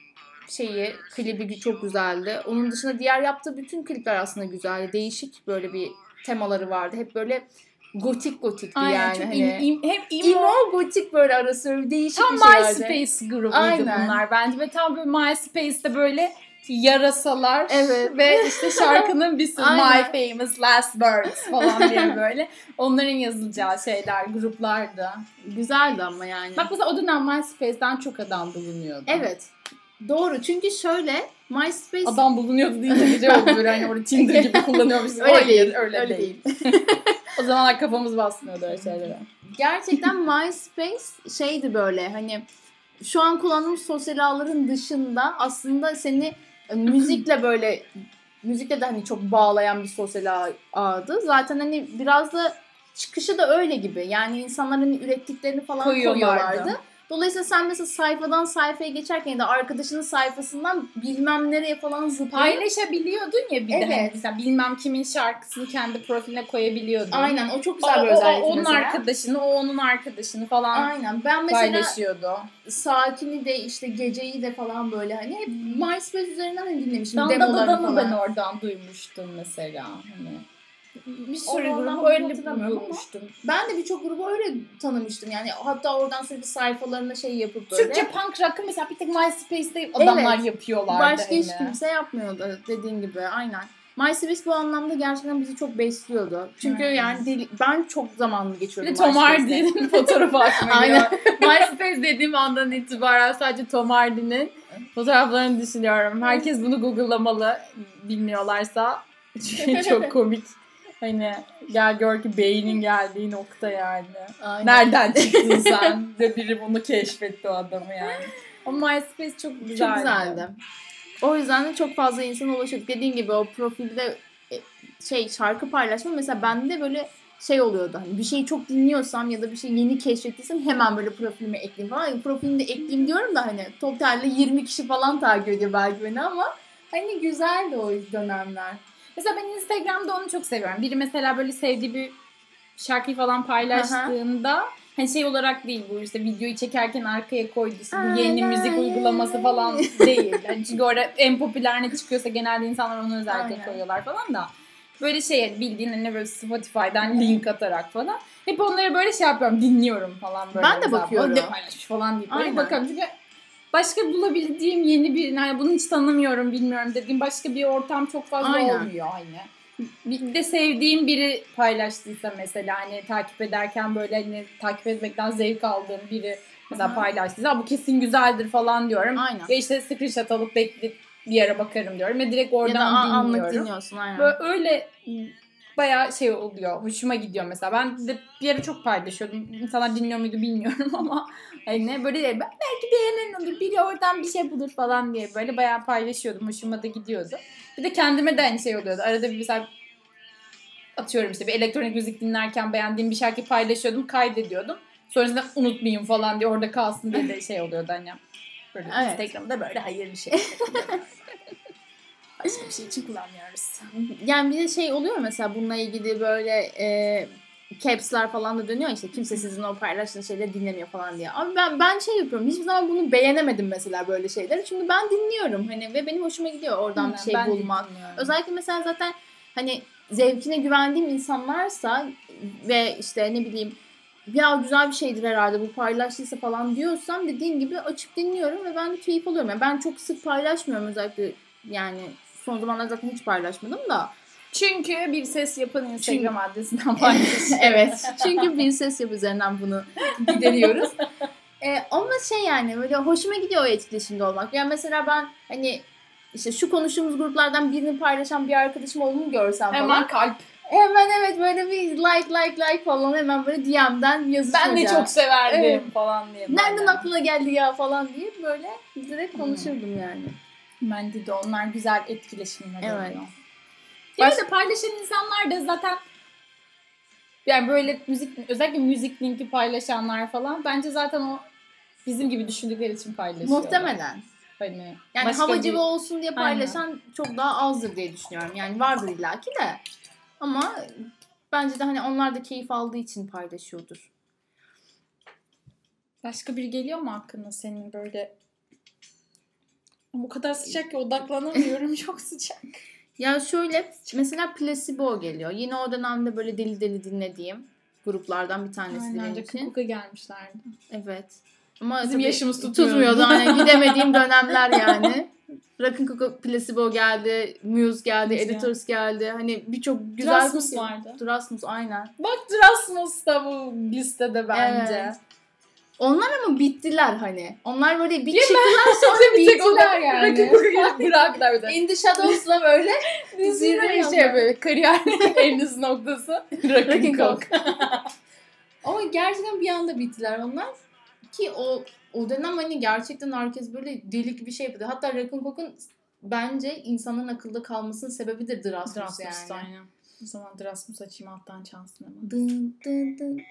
şeyi, klibi çok güzeldi. Onun dışında diğer yaptığı bütün klipler aslında güzeldi. Değişik böyle bir temaları vardı. Hep böyle gotik gotikti aynen, yani. Çok hani im, hem emo, emo gotik böyle arası değişik tam bir şeylerdi. Tam MySpace grubuydu aynen. bunlar bence. Ve tam böyle MySpace'te böyle yarasalar evet. ve işte şarkının bir sürü My Famous Last Words falan diye böyle. Onların yazılacağı şeyler, gruplardı. Güzeldi ama yani. Bak mesela o dönem MySpace'den çok adam bulunuyordu. Evet. Doğru. Çünkü şöyle MySpace... Adam bulunuyordu deyince gece oldu böyle hani orada Tinder gibi kullanıyormuşuz. öyle değil. Öyle, öyle değil. değil. O zamanlar kafamız basmıyordu öyle şeylere. Gerçekten MySpace şeydi böyle hani şu an kullandığımız sosyal ağların dışında aslında seni müzikle böyle müzikle de hani çok bağlayan bir sosyal ağ, ağdı. Zaten hani biraz da çıkışı da öyle gibi. Yani insanların hani ürettiklerini falan koyuyorlardı. koyuyorlardı. Dolayısıyla sen mesela sayfadan sayfaya geçerken ya da arkadaşının sayfasından bilmem nereye falan zıplayıp paylaşabiliyordun ya bir evet. de hani mesela bilmem kimin şarkısını kendi profiline koyabiliyordun. Aynen o çok güzel bir o, özellik o, o onun mesela. arkadaşını o onun arkadaşını falan aynen. Ben mesela paylaşıyordu. Sakin'i de işte Gece'yi de falan böyle hani hep MySpace üzerinden hani dinlemişim. Danda'dan falan. Ben oradan duymuştum mesela hani. Bir sürü grubu öyle bulmuştum. Ben de birçok grubu öyle tanımıştım. Yani hatta oradan sürekli sayfalarına şey yapıp böyle. Türkçe punk rock'ı mesela bir tek MySpace'te adamlar evet. yapıyorlardı. Başka hiç kimse yapmıyordu dediğin gibi. Aynen. MySpace bu anlamda gerçekten bizi çok besliyordu. Çünkü hmm. yani deli, ben çok zamanlı geçiyordum Tom Hardy'nin fotoğrafı aklıma Aynen. MySpace dediğim andan itibaren sadece Tom Hardy'nin fotoğraflarını düşünüyorum. Herkes bunu Google'lamalı bilmiyorlarsa. Çünkü çok komik. Hani gel gör ki beynin geldiği nokta yani. Aynen. Nereden çıktın sen? De biri bunu keşfetti o adamı yani. Ama MySpace çok güzeldi. Çok güzeldi. O yüzden de çok fazla insana ulaşıyorduk. Dediğin gibi o profilde şey şarkı paylaşma mesela bende böyle şey oluyordu. Hani bir şeyi çok dinliyorsam ya da bir şey yeni keşfettiysem hemen böyle profilime ekleyeyim falan. Yani profilimi de ekleyeyim diyorum da hani totalde yirmi kişi falan takip ediyor belki beni ama hani güzeldi o dönemler. Mesela ben Instagram'da onu çok seviyorum. Biri mesela böyle sevdiği bir şarkıyı falan paylaştığında hani şey olarak değil bu işte videoyu çekerken arkaya koydu işte bu yeni müzik uygulaması falan değil. Yani çünkü orada en popüler ne çıkıyorsa genelde insanlar onu özellikle Aynen. koyuyorlar falan da. Böyle şey bildiğin hani böyle Spotify'dan link atarak falan. Hep onları böyle şey yapıyorum dinliyorum falan böyle. Ben de bakıyorum. Ne paylaşmış falan deyip böyle bakıyorum. Çünkü başka bulabildiğim yeni bir yani bunu hiç tanımıyorum bilmiyorum dediğim başka bir ortam çok fazla Aynen. olmuyor aynı. Bir de sevdiğim biri paylaştıysa mesela hani takip ederken böyle hani takip etmekten zevk aldığım biri mesela paylaştıysa bu kesin güzeldir falan diyorum. Aynen. Ve işte screenshot alıp bekleyip bir yere bakarım diyorum ve direkt oradan ya da dinliyorum. Anlık dinliyorsun aynen. Böyle öyle bayağı şey oluyor. Hoşuma gidiyor mesela. Ben de bir yere çok paylaşıyordum. İnsanlar dinliyor muydu bilmiyorum ama hani böyle ben belki beğenen olur. Biri oradan bir şey bulur falan diye böyle bayağı paylaşıyordum. Hoşuma da gidiyordu. Bir de kendime de aynı şey oluyordu. Arada bir mesela atıyorum işte bir elektronik müzik dinlerken beğendiğim bir şarkıyı paylaşıyordum. Kaydediyordum. Sonrasında unutmayayım falan diye orada kalsın diye de şey oluyordu hani. Böyle evet. Instagram'da böyle hayır bir şey. Başka bir şey için kullanmıyoruz. Yani bir de şey oluyor mesela bununla ilgili böyle e, caps'ler falan da dönüyor işte kimse sizin o paylaştığınız şeyleri dinlemiyor falan diye. Abi ben ben şey yapıyorum hiçbir zaman bunu beğenemedim mesela böyle şeyleri. Çünkü ben dinliyorum hani ve benim hoşuma gidiyor oradan Hı, bir şey bulmak. Özellikle mesela zaten hani zevkine güvendiğim insanlarsa ve işte ne bileyim ya güzel bir şeydir herhalde bu paylaştıysa falan diyorsam dediğin gibi açıp dinliyorum ve ben de keyif alıyorum. Yani ben çok sık paylaşmıyorum özellikle yani son zamanlarda zaten hiç paylaşmadım da. Çünkü bir ses yapın Instagram çünkü... adresinden paylaşıyoruz. Evet. Çünkü bir ses yap üzerinden bunu gideriyoruz. ee, ama şey yani böyle hoşuma gidiyor o etkileşimde olmak. Yani mesela ben hani işte şu konuştuğumuz gruplardan birini paylaşan bir arkadaşım olduğunu görsem hemen falan. kalp. Hemen evet böyle bir like like like falan hemen böyle D M'den yazışacağım. Ben de çok severdim evet. falan diye. Nereden böyle. Aklına geldi ya falan diye böyle direkt konuşurdum hmm. yani. Bence de onlar güzel etkileşimler evet. oluyor. Baş... de paylaşan insanlar da zaten yani böyle müzik özellikle müzik linki paylaşanlar falan bence zaten o bizim gibi düşündükleri için paylaşıyorlar. Muhtemelen. Hani yani hava civa bir... olsun diye paylaşan Aynen. çok daha azdır diye düşünüyorum. Yani vardır illaki de. Ama bence de hani onlar da keyif aldığı için paylaşıyordur. Başka biri geliyor mu aklına senin böyle? Ama o kadar sıcak ki odaklanamıyorum. Çok sıcak. Ya şöyle mesela Placebo geliyor. Yine o dönemde böyle deli deli dinlediğim gruplardan bir tanesi Aynen, benim için. Aynen gelmişlerdi. Evet. Ama bizim yaşımız tutmuyordu. tutmuyordu. Hani gidemediğim dönemler yani. Rock'n Coco, Placebo geldi, Muse geldi, Muse Editors geldi. Hani birçok güzel Drasmus vardı. Drasmus aynen. Bak Drasmus da bu listede bence. Evet. Onlar ama bittiler hani. Onlar böyle bir çıktılar sonra bittiler yani. Rock'n Coco gelip bıraktılar bir de. In the Shadows'la böyle zirve şey böyle kariyerin en üst noktası. Rock'n Coco. Ama gerçekten bir anda bittiler onlar. Ki o o dönem hani gerçekten herkes böyle delik bir şey yapıyordu. Hatta Rock'n Coco'nun bence insanların akılda kalmasının sebebidir Drasmus, Drasmus yani. Drasmus aynen. O zaman Drasmus açayım alttan çalsın ama. Dın dın dın.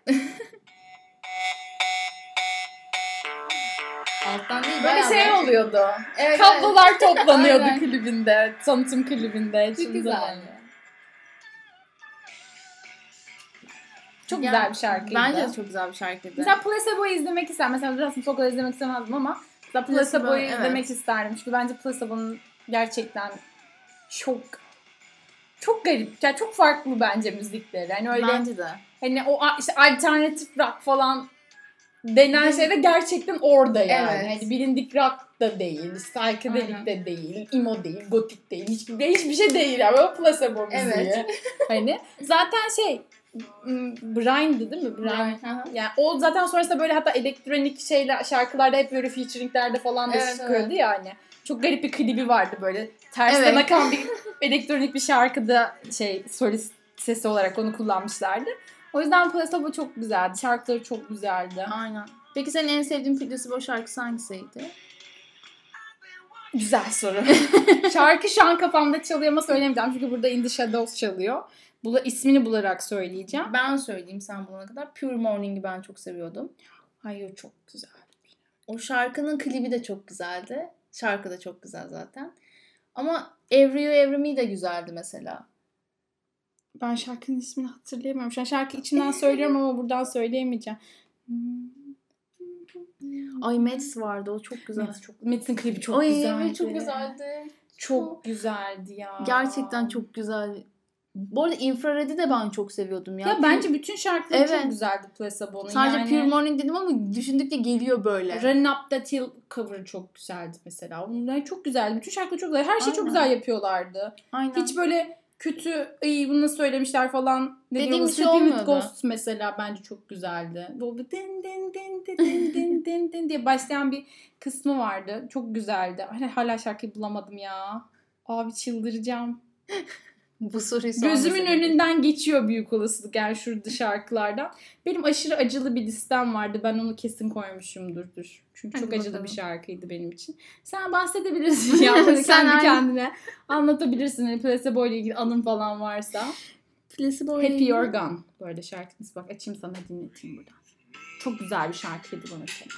Alttan değil böyle şey bence. Oluyordu. Evet, kablolar evet. Toplanıyordu klibinde. Tanıtım klibinde. Çok güzel. Çok ya, güzel bir şarkıydı. Bence de çok güzel bir şarkıydı. Mesela Placebo'yu izlemek isterim. Mesela Drasmus'u o kadar izlemek istemezdim ama mesela Placebo'yu evet. izlemek isterdim. Çünkü bence Placebo'nun gerçekten çok çok garip. Yani çok farklı bence müzikleri. Hani öyle bence de. Hani o işte alternatif rock falan denen şey de gerçekten orada yani. Evet. Hani bilindik rock da değil, psychedelic de değil, emo değil, gotik değil. Hiçbir, hiçbir şey değil yani. O Placebo müziği. Evet. Hani zaten şey Brian'dı değil mi? Brian. Brian. Yani o zaten sonrasında böyle hatta elektronik şeyler şarkılarda hep böyle featuringlerde falan da evet, çıkıyordu evet. yani. Çok garip bir klibi vardı böyle. Tersten evet. akan bir elektronik bir şarkıda şey solist sesi olarak onu kullanmışlardı. O yüzden Placebo çok güzeldi. Şarkıları çok güzeldi. Aynen. Peki senin en sevdiğin Placebo şarkısı hangisiydi? Güzel soru. Şarkı şu an kafamda çalıyor ama söylemeyeceğim. Çünkü burada In The Shadows çalıyor. Bula, ismini bularak söyleyeceğim. Ben söyleyeyim sen bulana kadar. Pure Morning'i ben çok seviyordum. Hayır çok güzel. O şarkının klibi de çok güzeldi. Şarkı da çok güzel zaten. Ama Every You Every Me de güzeldi mesela. Ben şarkının ismini hatırlayamıyorum. Şu an şarkı içimden söylüyorum ama buradan söyleyemeyeceğim. Ay Mets vardı, o çok güzel. Mets çok, Mets'in klibi çok Ay, güzeldi. evet, çok güzeldi. Çok güzeldi ya. Gerçekten çok güzel. Bu arada Infrared'i de ben çok seviyordum ya. Ya bence bütün şarkıları Evet. çok güzeldi Placebo'nun. Sadece yani... Pure Morning dedim ama düşündükçe geliyor böyle. Run Up That Hill cover'ı çok güzeldi mesela. Bunlar çok güzeldi. Bütün şarkıları çok güzel. Her şeyi Aynen. çok güzel yapıyorlardı. Aynen. Hiç böyle kötü, iyi bunu nasıl söylemişler falan dediğim bir şey olmuyordu. olmuyordu. Ghost mesela bence çok güzeldi. Bu din din din din din din din din diye başlayan bir kısmı vardı. Çok güzeldi. Hani hala şarkıyı bulamadım ya. Abi çıldıracağım. Bu soruyu Gözümün önünden geçiyor büyük olasılık yani şurada şarkılardan. Benim aşırı acılı bir listem vardı. Ben onu kesin koymuşumdur. Dur. Çünkü çok Hadi acılı bakalım. bir şarkıydı benim için. Sen bahsedebilirsin ya. Sen kendi aynı. kendine anlatabilirsin. Hani Placebo ile ilgili anın falan varsa. Placebo Happy You're Gone. Bu arada şarkınız bak açayım sana dinleteyim buradan. Çok güzel bir şarkıydı bu mesela.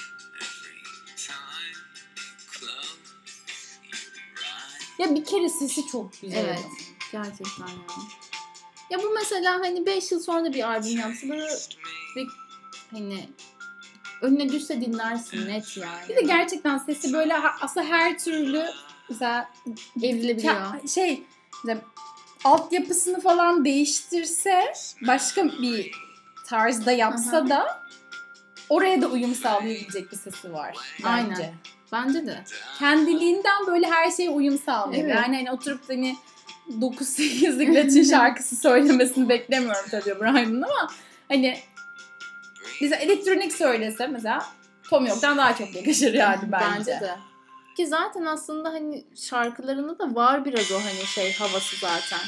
Ya bir kere sesi çok güzel. Evet. Gerçekten ya. Ya bu mesela hani beş yıl sonra da bir albüm yapsa böyle bir hani önüne düşse dinlersin net yani. Bir de gerçekten sesi böyle ha- aslında her türlü mesela evrilebiliyor. Ka- şey mesela altyapısını falan değiştirse başka bir tarzda yapsa Aha. da oraya da uyum sağlayabilecek bir sesi var bence. Aynen. Bence de. Kendiliğinden böyle her şeye uyum sağlıyor. Evet. Yani hani oturup da hani dokuz sekizlik Latin şarkısı söylemesini beklemiyorum tabii Brian'ın ama hani mesela elektronik söylese mesela Tom York'tan daha çok yakışır yani bence. Bence de. Ki zaten aslında hani şarkılarında da var biraz o hani şey havası zaten.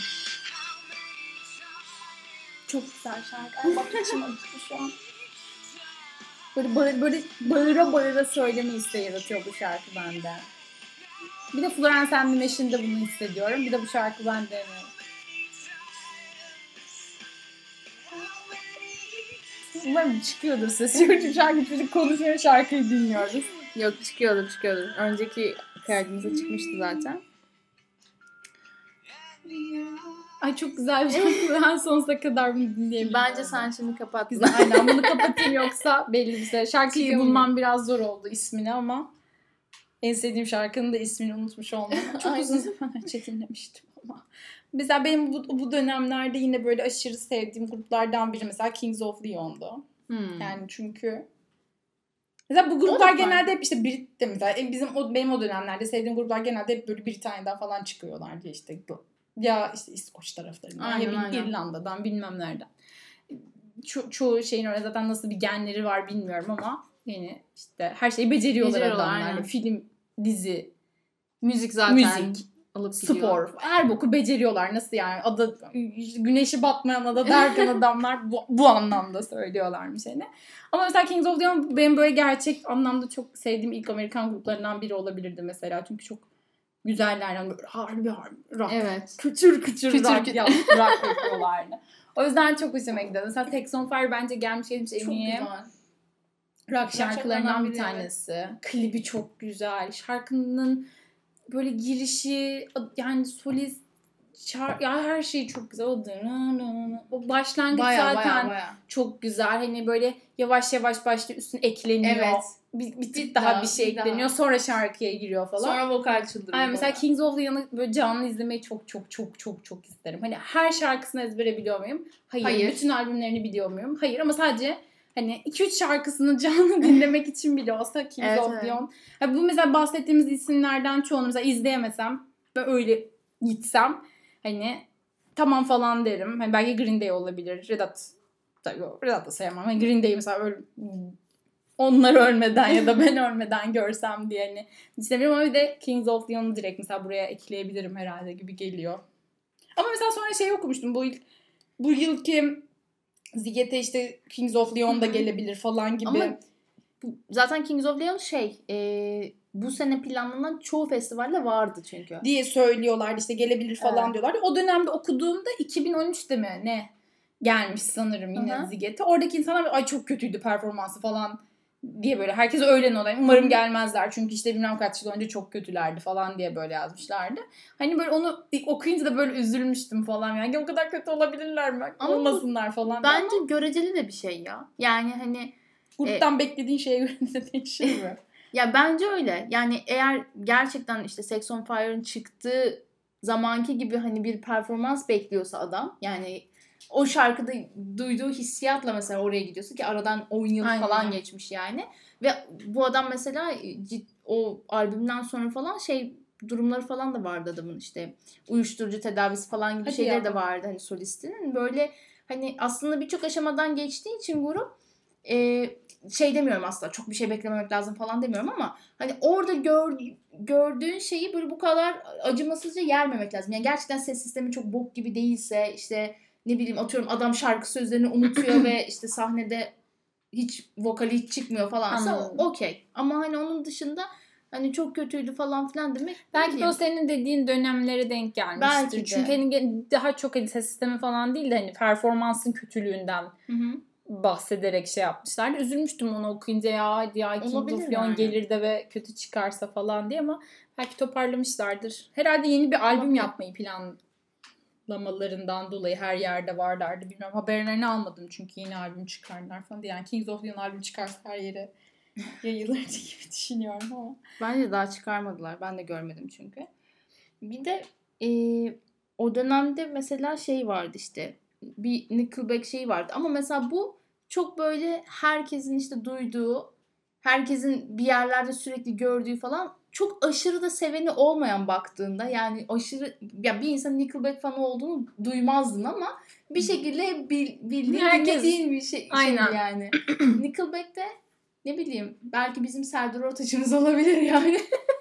Çok güzel şarkı. Ay bak içim acıdı şu an. Böyle, bağır, böyle bağıra bağıra söyleme isteği yaratıyor bu şarkı bende. Bir de Florence and the Machine'de bunu hissediyorum. Bir de bu şarkı bende. Umarım çıkıyordur sesi. Çünkü şarkı çocuk konuşuyor, şarkıyı dinliyoruz. Yok çıkıyordur çıkıyordur. Önceki kaydımıza çıkmıştı zaten. Ay çok güzel bir şarkı. Ben sonsuza kadar bunu dinleyebilirim. Bence sen şimdi kapat. Güzel, aynen bunu kapatayım yoksa belli bir şey. Şarkıyı Çıkıyor bulmam biraz zor oldu ismini ama en sevdiğim şarkının da ismini unutmuş olmam. Çok uzun zaman önce dinlemiştim ama. Mesela benim bu, bu dönemlerde yine böyle aşırı sevdiğim gruplardan biri mesela Kings of Leon'du. Hmm. Yani çünkü mesela bu gruplar genelde hep işte Brit de mesela bizim o, benim o dönemlerde sevdiğim gruplar genelde hep böyle Britanya'dan falan çıkıyorlar diye işte ya işte İskoç taraflarından Aynen, ya aynen. İrlanda'dan bilmem nereden. Ço- çoğu şeyin orada zaten nasıl bir genleri var bilmiyorum ama yani işte her şeyi beceriyorlar, Beceriyorlar, adamlar. aynen. Film, dizi, Müzik zaten. müzik, alıp gidiyor. spor. Her boku beceriyorlar. Nasıl yani? Ada, güneşi batmayan ada derken adamlar bu, bu anlamda söylüyorlarmış yani. Ama mesela Kings of Leon benim böyle gerçek anlamda çok sevdiğim ilk Amerikan gruplarından biri olabilirdi mesela. Çünkü çok güzeller. Yani böyle harbi harbi rock. Evet. Küçür küçür, Küçür rock, küçür. yap, rock yapıyorlardı. O yüzden çok hoşuma gidiyordu. Mesela Tex on Fire bence gelmiş gelmiş en Çok iyi güzel. rock şarkılarından bir biri, tanesi. Klibi çok güzel. Şarkının böyle girişi yani solist şarkı ya her şey çok güzel. O, o başlangıç Baya zaten baya baya. çok güzel. Hani böyle yavaş yavaş başlıyor, üstüne ekleniyor. Evet. Bir, bir tık Bir daha, daha, bir şey bir daha. ekleniyor. Sonra şarkıya giriyor falan. Sonra vokal çıldırıyor. Aynen, mesela baba. Kings of Leon'u böyle canlı izlemeyi çok çok çok çok çok isterim. Hani her şarkısını ezbere biliyor muyum? Hayır. Hayır. Bütün albümlerini biliyor muyum? Hayır, ama sadece hani iki üç şarkısını canlı dinlemek için bile olsa Kings Evet, of evet. Leon. Yani bu mesela bahsettiğimiz isimlerden çoğunu mesela izleyemesem ve öyle gitsem hani tamam falan derim. Hani belki Green Day olabilir. Red Hot tabii Red Hot'ı sayamam. Hani Green Day mesela öyle onlar ölmeden ya da ben ölmeden görsem diye hani istemiyorum ama bir de Kings of Leon'u direkt mesela buraya ekleyebilirim herhalde gibi geliyor. Ama mesela sonra şey okumuştum. Bu yıl, bu yılki Ziget'e işte Kings of Leon da gelebilir falan gibi. Ama zaten Kings of Leon şey e, bu sene planlanan çoğu festivalde vardı çünkü. Diye söylüyorlardı işte gelebilir falan Evet. diyorlardı. O dönemde okuduğumda iki bin on üçte mi ne gelmiş sanırım yine Hı hı. Ziget'e. Oradaki insanlar ay çok kötüydü performansı falan diye böyle herkes öyle not. Umarım gelmezler çünkü işte bilmem kaç yıl önce çok kötülerdi falan diye böyle yazmışlardı. Hani böyle onu okuyunca da böyle üzülmüştüm falan yani. O kadar kötü olabilirler mi? Ama olmasınlar falan. Bence ama göreceli de bir şey ya. Yani hani gruptan e, beklediğin şeye göre de değişir mi? Ya bence öyle. Yani eğer gerçekten işte Sex on Fire'ın çıktığı zamanki gibi hani bir performans bekliyorsa adam, yani o şarkıda duyduğu hissiyatla mesela oraya gidiyorsa ki aradan on yıl Aynen. falan geçmiş yani. Ve bu adam mesela cid, o albümden sonra falan şey durumları falan da vardı adamın, işte uyuşturucu tedavisi falan gibi Hadi şeyleri ya. de vardı hani solistinin. Böyle hani aslında birçok aşamadan geçtiği için grup e, şey demiyorum asla, çok bir şey beklememek lazım falan demiyorum ama hani orada gör, gördüğün şeyi böyle bu kadar acımasızca yermemek lazım. Yani gerçekten ses sistemi çok bok gibi değilse, işte ne bileyim atıyorum adam şarkı sözlerini unutuyor ve işte sahnede hiç vokali hiç çıkmıyor falansa okey. Ama hani onun dışında hani çok kötüydü falan filan demek. Belki de o senin dediğin dönemlere denk gelmiştir. Belki de. Çünkü hani daha çok hani ses sistemi falan değil de hani performansın kötülüğünden hı hı. bahsederek şey yapmışlardı. Üzülmüştüm onu okuyunca, ya hadi ya Kings of Leon yani. gelir de ve kötü çıkarsa falan diye, ama belki toparlamışlardır. Herhalde yeni bir albüm Olabilir. yapmayı planlamalarından dolayı her yerde varlardı. Bilmiyorum, haberlerini almadım çünkü yeni albüm çıkardılar falan diye. Yani Kings of Leon albüm çıkarsa her yere yayılır gibi düşünüyorum ama. Bence daha çıkarmadılar. Ben de görmedim çünkü. Bir de e, o dönemde mesela şey vardı, işte bir Nickelback şeyi vardı. Ama mesela bu çok böyle herkesin işte duyduğu, herkesin bir yerlerde sürekli gördüğü falan, çok aşırı da seveni olmayan baktığında, yani aşırı ya bir insan Nickelback fanı olduğunu duymazdın ama bir şekilde bil, bildiğin, Herkes, dinlediğin bir şey, şeydi yani. Nickelback'te ne bileyim belki bizim Serdar Ortaç'ımız olabilir yani.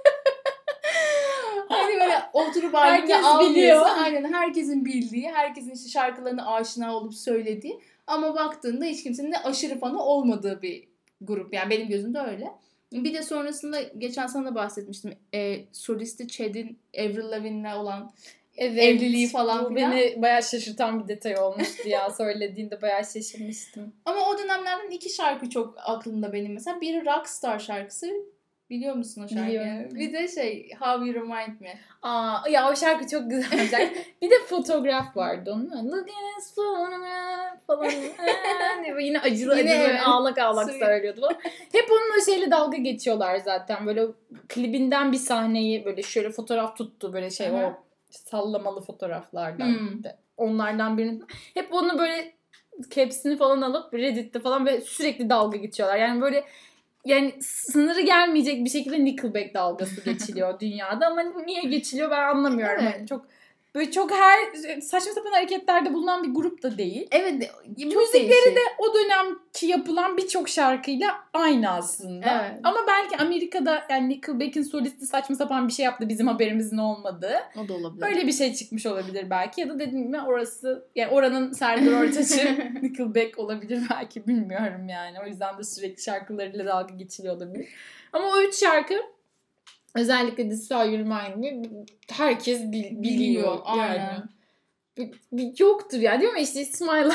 Hani böyle oturup albümde ağlıyorsa aynen herkesin bildiği, herkesin işte şarkılarına aşina olup söylediği ama baktığında hiç kimsenin de aşırı fanı olmadığı bir grup. Yani benim gözümde öyle. Bir de sonrasında geçen sana da bahsetmiştim. E, solisti Chad'in Avril Lavigne'le olan evet, evliliği falan filan. Bu beni bayağı şaşırtan bir detay olmuştu ya. Söylediğinde bayağı şaşırmıştım. Ama o dönemlerden iki şarkı çok aklımda benim mesela. Biri Rockstar şarkısı. Biliyor musun o şarkıyı? Biliyorum. Bir de şey How You Remind Me. Aa, ya o şarkı çok güzel şarkı. Bir de fotoğraf vardı onun. Look at this photograph falan. Diye yine acılı yine acılı evet. ağlak ağlak söylüyordu. Hep onunla şeyle dalga geçiyorlar zaten. Böyle klibinden bir sahneyi böyle şöyle fotoğraf tuttu. Böyle şey Aha. o sallamalı fotoğraflardan. Hmm. Onlardan birini. Hep onu böyle caps'ini falan alıp Reddit'te falan ve sürekli dalga geçiyorlar. Yani böyle yani sınırı gelmeyecek bir şekilde Nickelback dalgası geçiliyor dünyada ama niye geçiliyor ben anlamıyorum. Evet. Yani çok böyle çok her saçma sapan hareketlerde bulunan bir grup da değil. Evet. Müzikleri değişik. De o dönemki yapılan birçok şarkıyla aynı aslında. Evet. Ama belki Amerika'da yani Nickelback'in solisti saçma sapan bir şey yaptı, bizim haberimizin olmadığı. O da olabilir. Öyle bir şey çıkmış olabilir belki, ya da dediğim gibi orası yani oranın Serdar Ortaç'ı Nickelback olabilir belki, bilmiyorum yani. O yüzden de sürekli şarkılarıyla dalga geçiliyor olabilir. Ama o üç şarkı, özellikle This How You Remind Me, herkes bil, biliyor. biliyor yani. Aynen. Bir, bir yoktur ya, değil mi? İşte Smile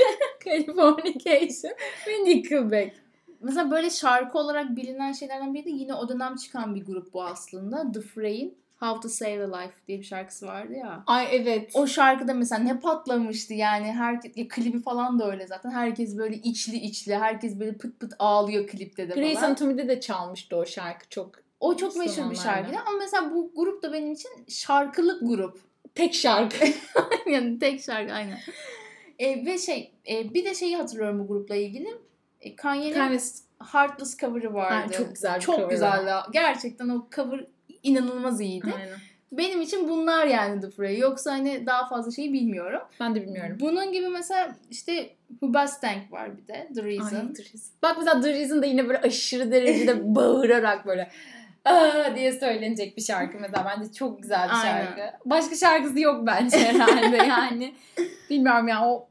Californication ve Nickelback. Mesela böyle şarkı olarak bilinen şeylerden biri de yine o dönem çıkan bir grup bu aslında. The Fray'in How to Save a Life diye bir şarkısı vardı ya. Ay evet. O şarkıda mesela ne patlamıştı yani. Herkes, ya klibi falan da öyle zaten. Herkes böyle içli içli. Herkes böyle pıt pıt ağlıyor klipte de falan. Grey's Anatomy'de de çalmıştı o şarkı çok. O çok meşhur bir şarkıydı. Ama mesela bu grup da benim için şarkılık grup. Tek şarkı. Yani tek şarkı aynen. E, ve şey e, bir de şeyi hatırlıyorum bu grupla ilgili. E, Kanye'nin Heartless cover'ı vardı. Yani çok güzel bir çok cover. güzeldi. Gerçekten o cover inanılmaz iyiydi. Aynen. Benim için bunlar yani The Fray. Yoksa hani daha fazla şeyi bilmiyorum. Ben de bilmiyorum. Bunun gibi mesela işte Hoobastank var bir de. The Reason. Ay, The Reason. Bak mesela The Reason da yine böyle aşırı derecede bağırarak böyle aa diye söylenecek bir şarkı mesela. Bence çok güzel bir şarkı. Aynen. Başka şarkısı yok bence herhalde yani. Bilmiyorum ya, o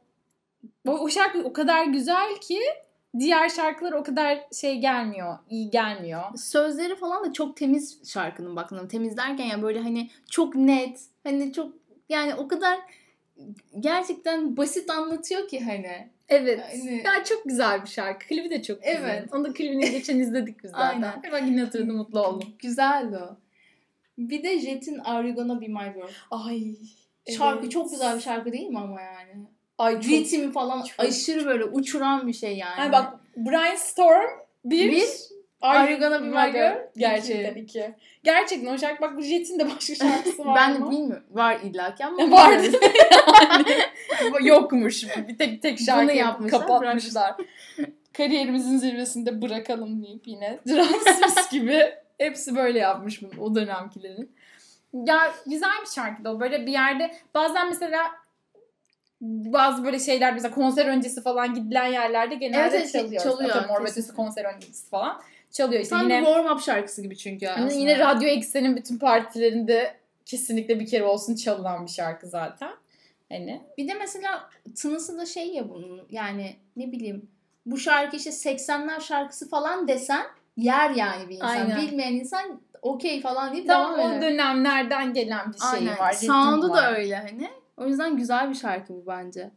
o şarkı o kadar güzel ki diğer şarkılar o kadar şey gelmiyor, iyi gelmiyor. Sözleri falan da çok temiz şarkının, baktığında temiz derken ya böyle hani çok net, hani çok yani o kadar gerçekten basit anlatıyor ki hani. Evet. Yani... Ya çok güzel bir şarkı. Klibi de çok güzel. Evet. Onun da klibini geçen izledik biz zaten. Aynen. Bak yine hatırladım, mutlu oldum. Güzeldi o. Bir de Jet'in Are You Gonna Be My Girl. Ay. Şarkı evet. çok güzel bir şarkı değil mi ama yani? Ay çok. Ritmi falan çok, aşırı böyle uçuran bir şey yani. Ay bak Brainstorm bir. Bir. Are, Are You Gonna Be My Girl? Gerçekten iki. iki. Gerçekten o şarkı, bak bu Jet'in de başka şarkısı var ben mı? bilmiyorum. Var illaki ama. Vardı. Yani. Yokmuş. Bir tek tek şarkı yapmışlar, kapatmışlar. Kariyerimizin zirvesinde bırakalım deyip yine Transmis gibi hepsi böyle yapmış bunu, o dönemkilerin. Ya güzel bir şarkıydı o. Böyle bir yerde bazen mesela bazı böyle şeyler, mesela konser öncesi falan gidilen yerlerde genelde evet, çalıyor. çalıyor. Atıyorum Mor ve Ötesi konser öncesi falan çalıyor. İşte tam yine, bir warm up şarkısı gibi çünkü aslında. Yani yine Radyo Eksen'in bütün partilerinde kesinlikle bir kere olsun çalınan bir şarkı zaten. Hani. Bir de mesela tınısı da şey ya bunun, yani ne bileyim, bu şarkı işte seksenler şarkısı falan desen yer yani bir insan. Aynen. Bilmeyen insan okey falan deyip tam devam eder. O dönemlerden gelen bir şey Aynen. var. Sound'u da öyle hani. O yüzden güzel bir şarkı bu bence.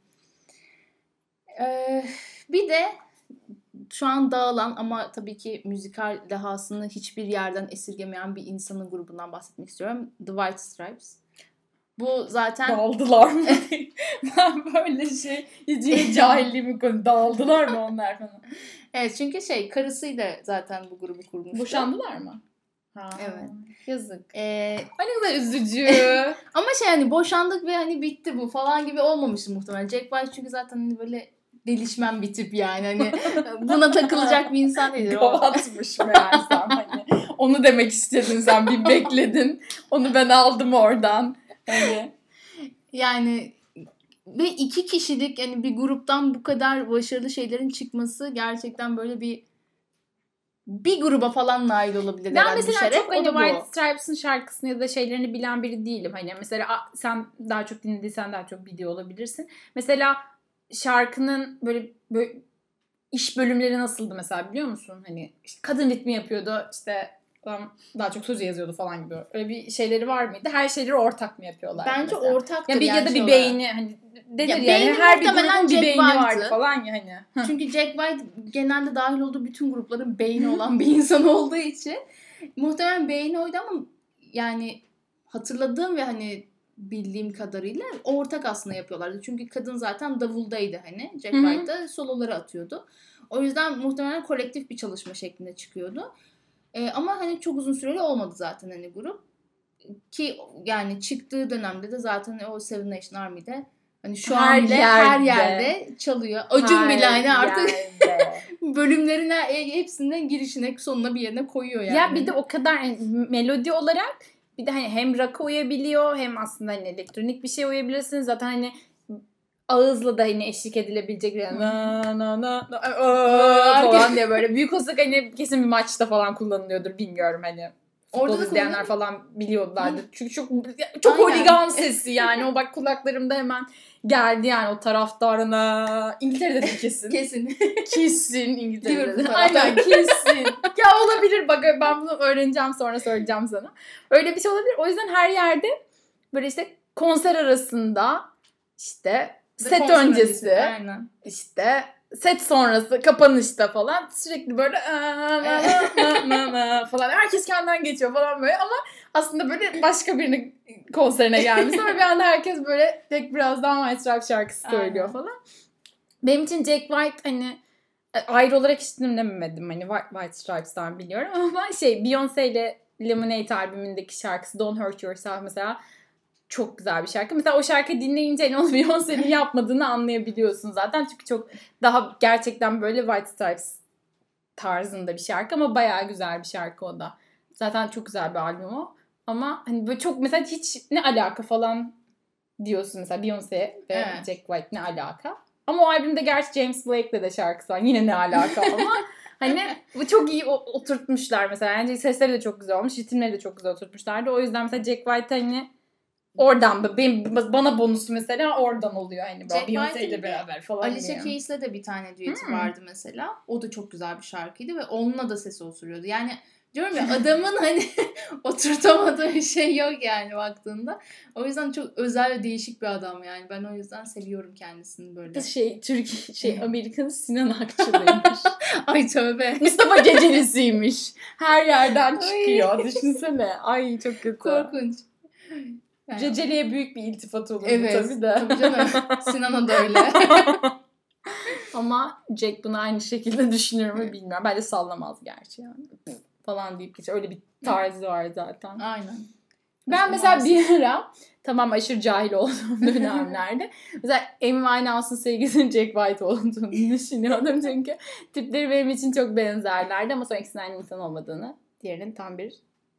Ee, bir de şu an dağılan ama tabii ki müzikal dehasını hiçbir yerden esirgemeyen bir insanın grubundan bahsetmek istiyorum. The White Stripes. Bu zaten... Dağıldılar mı? Ben böyle şey, hiç yine cahilliğimi konu. Dağıldılar mı onlar falan? Evet, çünkü şey, karısıyla zaten bu grubu kurmuştu. Boşandılar mı? Ha, evet. Yazık. Ee, Ay ne kadar üzücü. ama şey hani boşandık ve hani bitti bu falan gibi olmamıştı muhtemelen. Jack White çünkü zaten hani böyle delişmen bir tip yani. Hani buna takılacak bir insan değil. Gavatmış meğersem hani. Onu demek istedin sen, bir bekledin. Onu ben aldım oradan. Hani. Yani ve iki kişilik hani bir gruptan bu kadar başarılı şeylerin çıkması gerçekten böyle bir bir gruba falan nail olabilir. Ben mesela çok hani White Stripes'ın şarkısını ya da şeylerini bilen biri değilim. Hani mesela sen daha çok dinlediysen daha çok biliyor olabilirsin. Mesela şarkının böyle, böyle iş bölümleri nasıldı mesela, biliyor musun? Hani işte kadın ritmi yapıyordu, işte daha çok söz yazıyordu falan gibi. Öyle bir şeyleri var mıydı? Her şeyleri ortak mı yapıyorlar? Bence ortaktır ya bir, yani. Ya da bir şey beyni hani denir ya yani. Her bir grubun bir beyni vardı falan ya hani. Çünkü Jack White genelde dahil olduğu bütün grupların beyni olan bir insan olduğu için muhtemelen beyni oydu ama yani hatırladığım ve hani bildiğim kadarıyla ortak aslında yapıyorlardı. Çünkü kadın zaten davuldaydı hani. Jack White da soloları atıyordu. O yüzden muhtemelen kolektif bir çalışma şeklinde çıkıyordu. Ee, ama hani çok uzun süreli olmadı zaten hani grup. Ki yani çıktığı dönemde de zaten o Seven Nation Army'de hani şu her an bile yerde. her yerde çalıyor. Acun bile hani artık bölümlerine hepsinden girişine sonuna bir yerine koyuyor yani. Ya bir de o kadar yani melodi olarak bir de hani hem rock'a uyabiliyor hem aslında hani elektronik bir şey uyabilirsiniz. Zaten hani ağızla da hani eşlik edilebilecek yani na na na na falan diye böyle büyük olsak hani kesin bir maçta falan kullanılıyordur, bilmiyorum hani. Futbol izleyenler falan biliyorlardı. Çünkü çok çok holigan sesi yani. O bak kulaklarımda hemen geldi yani o taraftarına. İngiltere'de de kesin. kesin. Kesin İngiltere'de. Aynen kesin. Ya olabilir, bak ben bunu öğreneceğim, sonra söyleyeceğim sana. Öyle bir şey olabilir. O yüzden her yerde böyle işte konser arasında işte set öncesi, öncesi aynen. işte set sonrası, kapanışta falan sürekli böyle falan herkes kendinden geçiyor falan böyle ama aslında böyle başka birinin konserine gelmiş ama bir anda herkes böyle tek birazdan White Stripes şarkısı söylüyor Aynen. falan. Benim için Jack White hani ayrı olarak hiç dinlemedim hani White, White Stripes'tan biliyorum ama şey Beyoncé ile Lemonade albümündeki şarkısı Don't Hurt Yourself mesela çok güzel bir şarkı. Mesela o şarkıyı dinleyince hani onu Beyoncé'nin yapmadığını anlayabiliyorsun zaten. Çünkü çok daha gerçekten böyle White Stripes tarzında bir şarkı ama bayağı güzel bir şarkı o da. Zaten çok güzel bir albüm o. Ama hani böyle çok mesela hiç ne alaka falan diyorsun mesela Beyoncé ve evet. Jack White ne alaka. Ama o albümde gerçi James Blake'le de şarkısı var. Yine ne alaka ama hani bu çok iyi oturtmuşlar mesela. Yani sesleri de çok güzel olmuş. Ritimleri de çok güzel oturtmuşlardı. O yüzden mesela Jack White hani oradan benim bana bonusu mesela oradan oluyor hani Beyoncé ile beraber falan. Alicia Keys'le de bir tane düeti hmm. vardı mesela. O da çok güzel bir şarkıydı ve onunla da sesi oturuyordu. Yani Diyorum ya adamın hani oturtamadığı bir şey yok yani baktığında. O yüzden çok özel ve değişik bir adam yani. Ben o yüzden seviyorum kendisini böyle. Şey Türkiye şey Amerikan Sinan Akçılıymış. Ay tövbe. Mustafa Cecelisiymiş. Her yerden çıkıyor. Düşünsene. Ay çok kötü. Korkunç. Yani... Ceceli'ye büyük bir iltifat olurdu evet, tabii de. Tabii canım. Sinan'a da öyle. Ama Jack bunu aynı şekilde düşünür mü bilmiyorum. Bence sallamaz gerçi yani. Falan deyip geçiyor. Öyle bir tarzı var zaten. Aynen. Ben mesela bir ara tamam aşırı cahil olduğum dönemlerde mesela Amy Winehouse'un sevgilisinin Jack White olduğunu düşünüyordum çünkü tipleri benim için çok benzerlerdi ama sonra ikisinin aynı insan olmadığını, diğerinin tam bir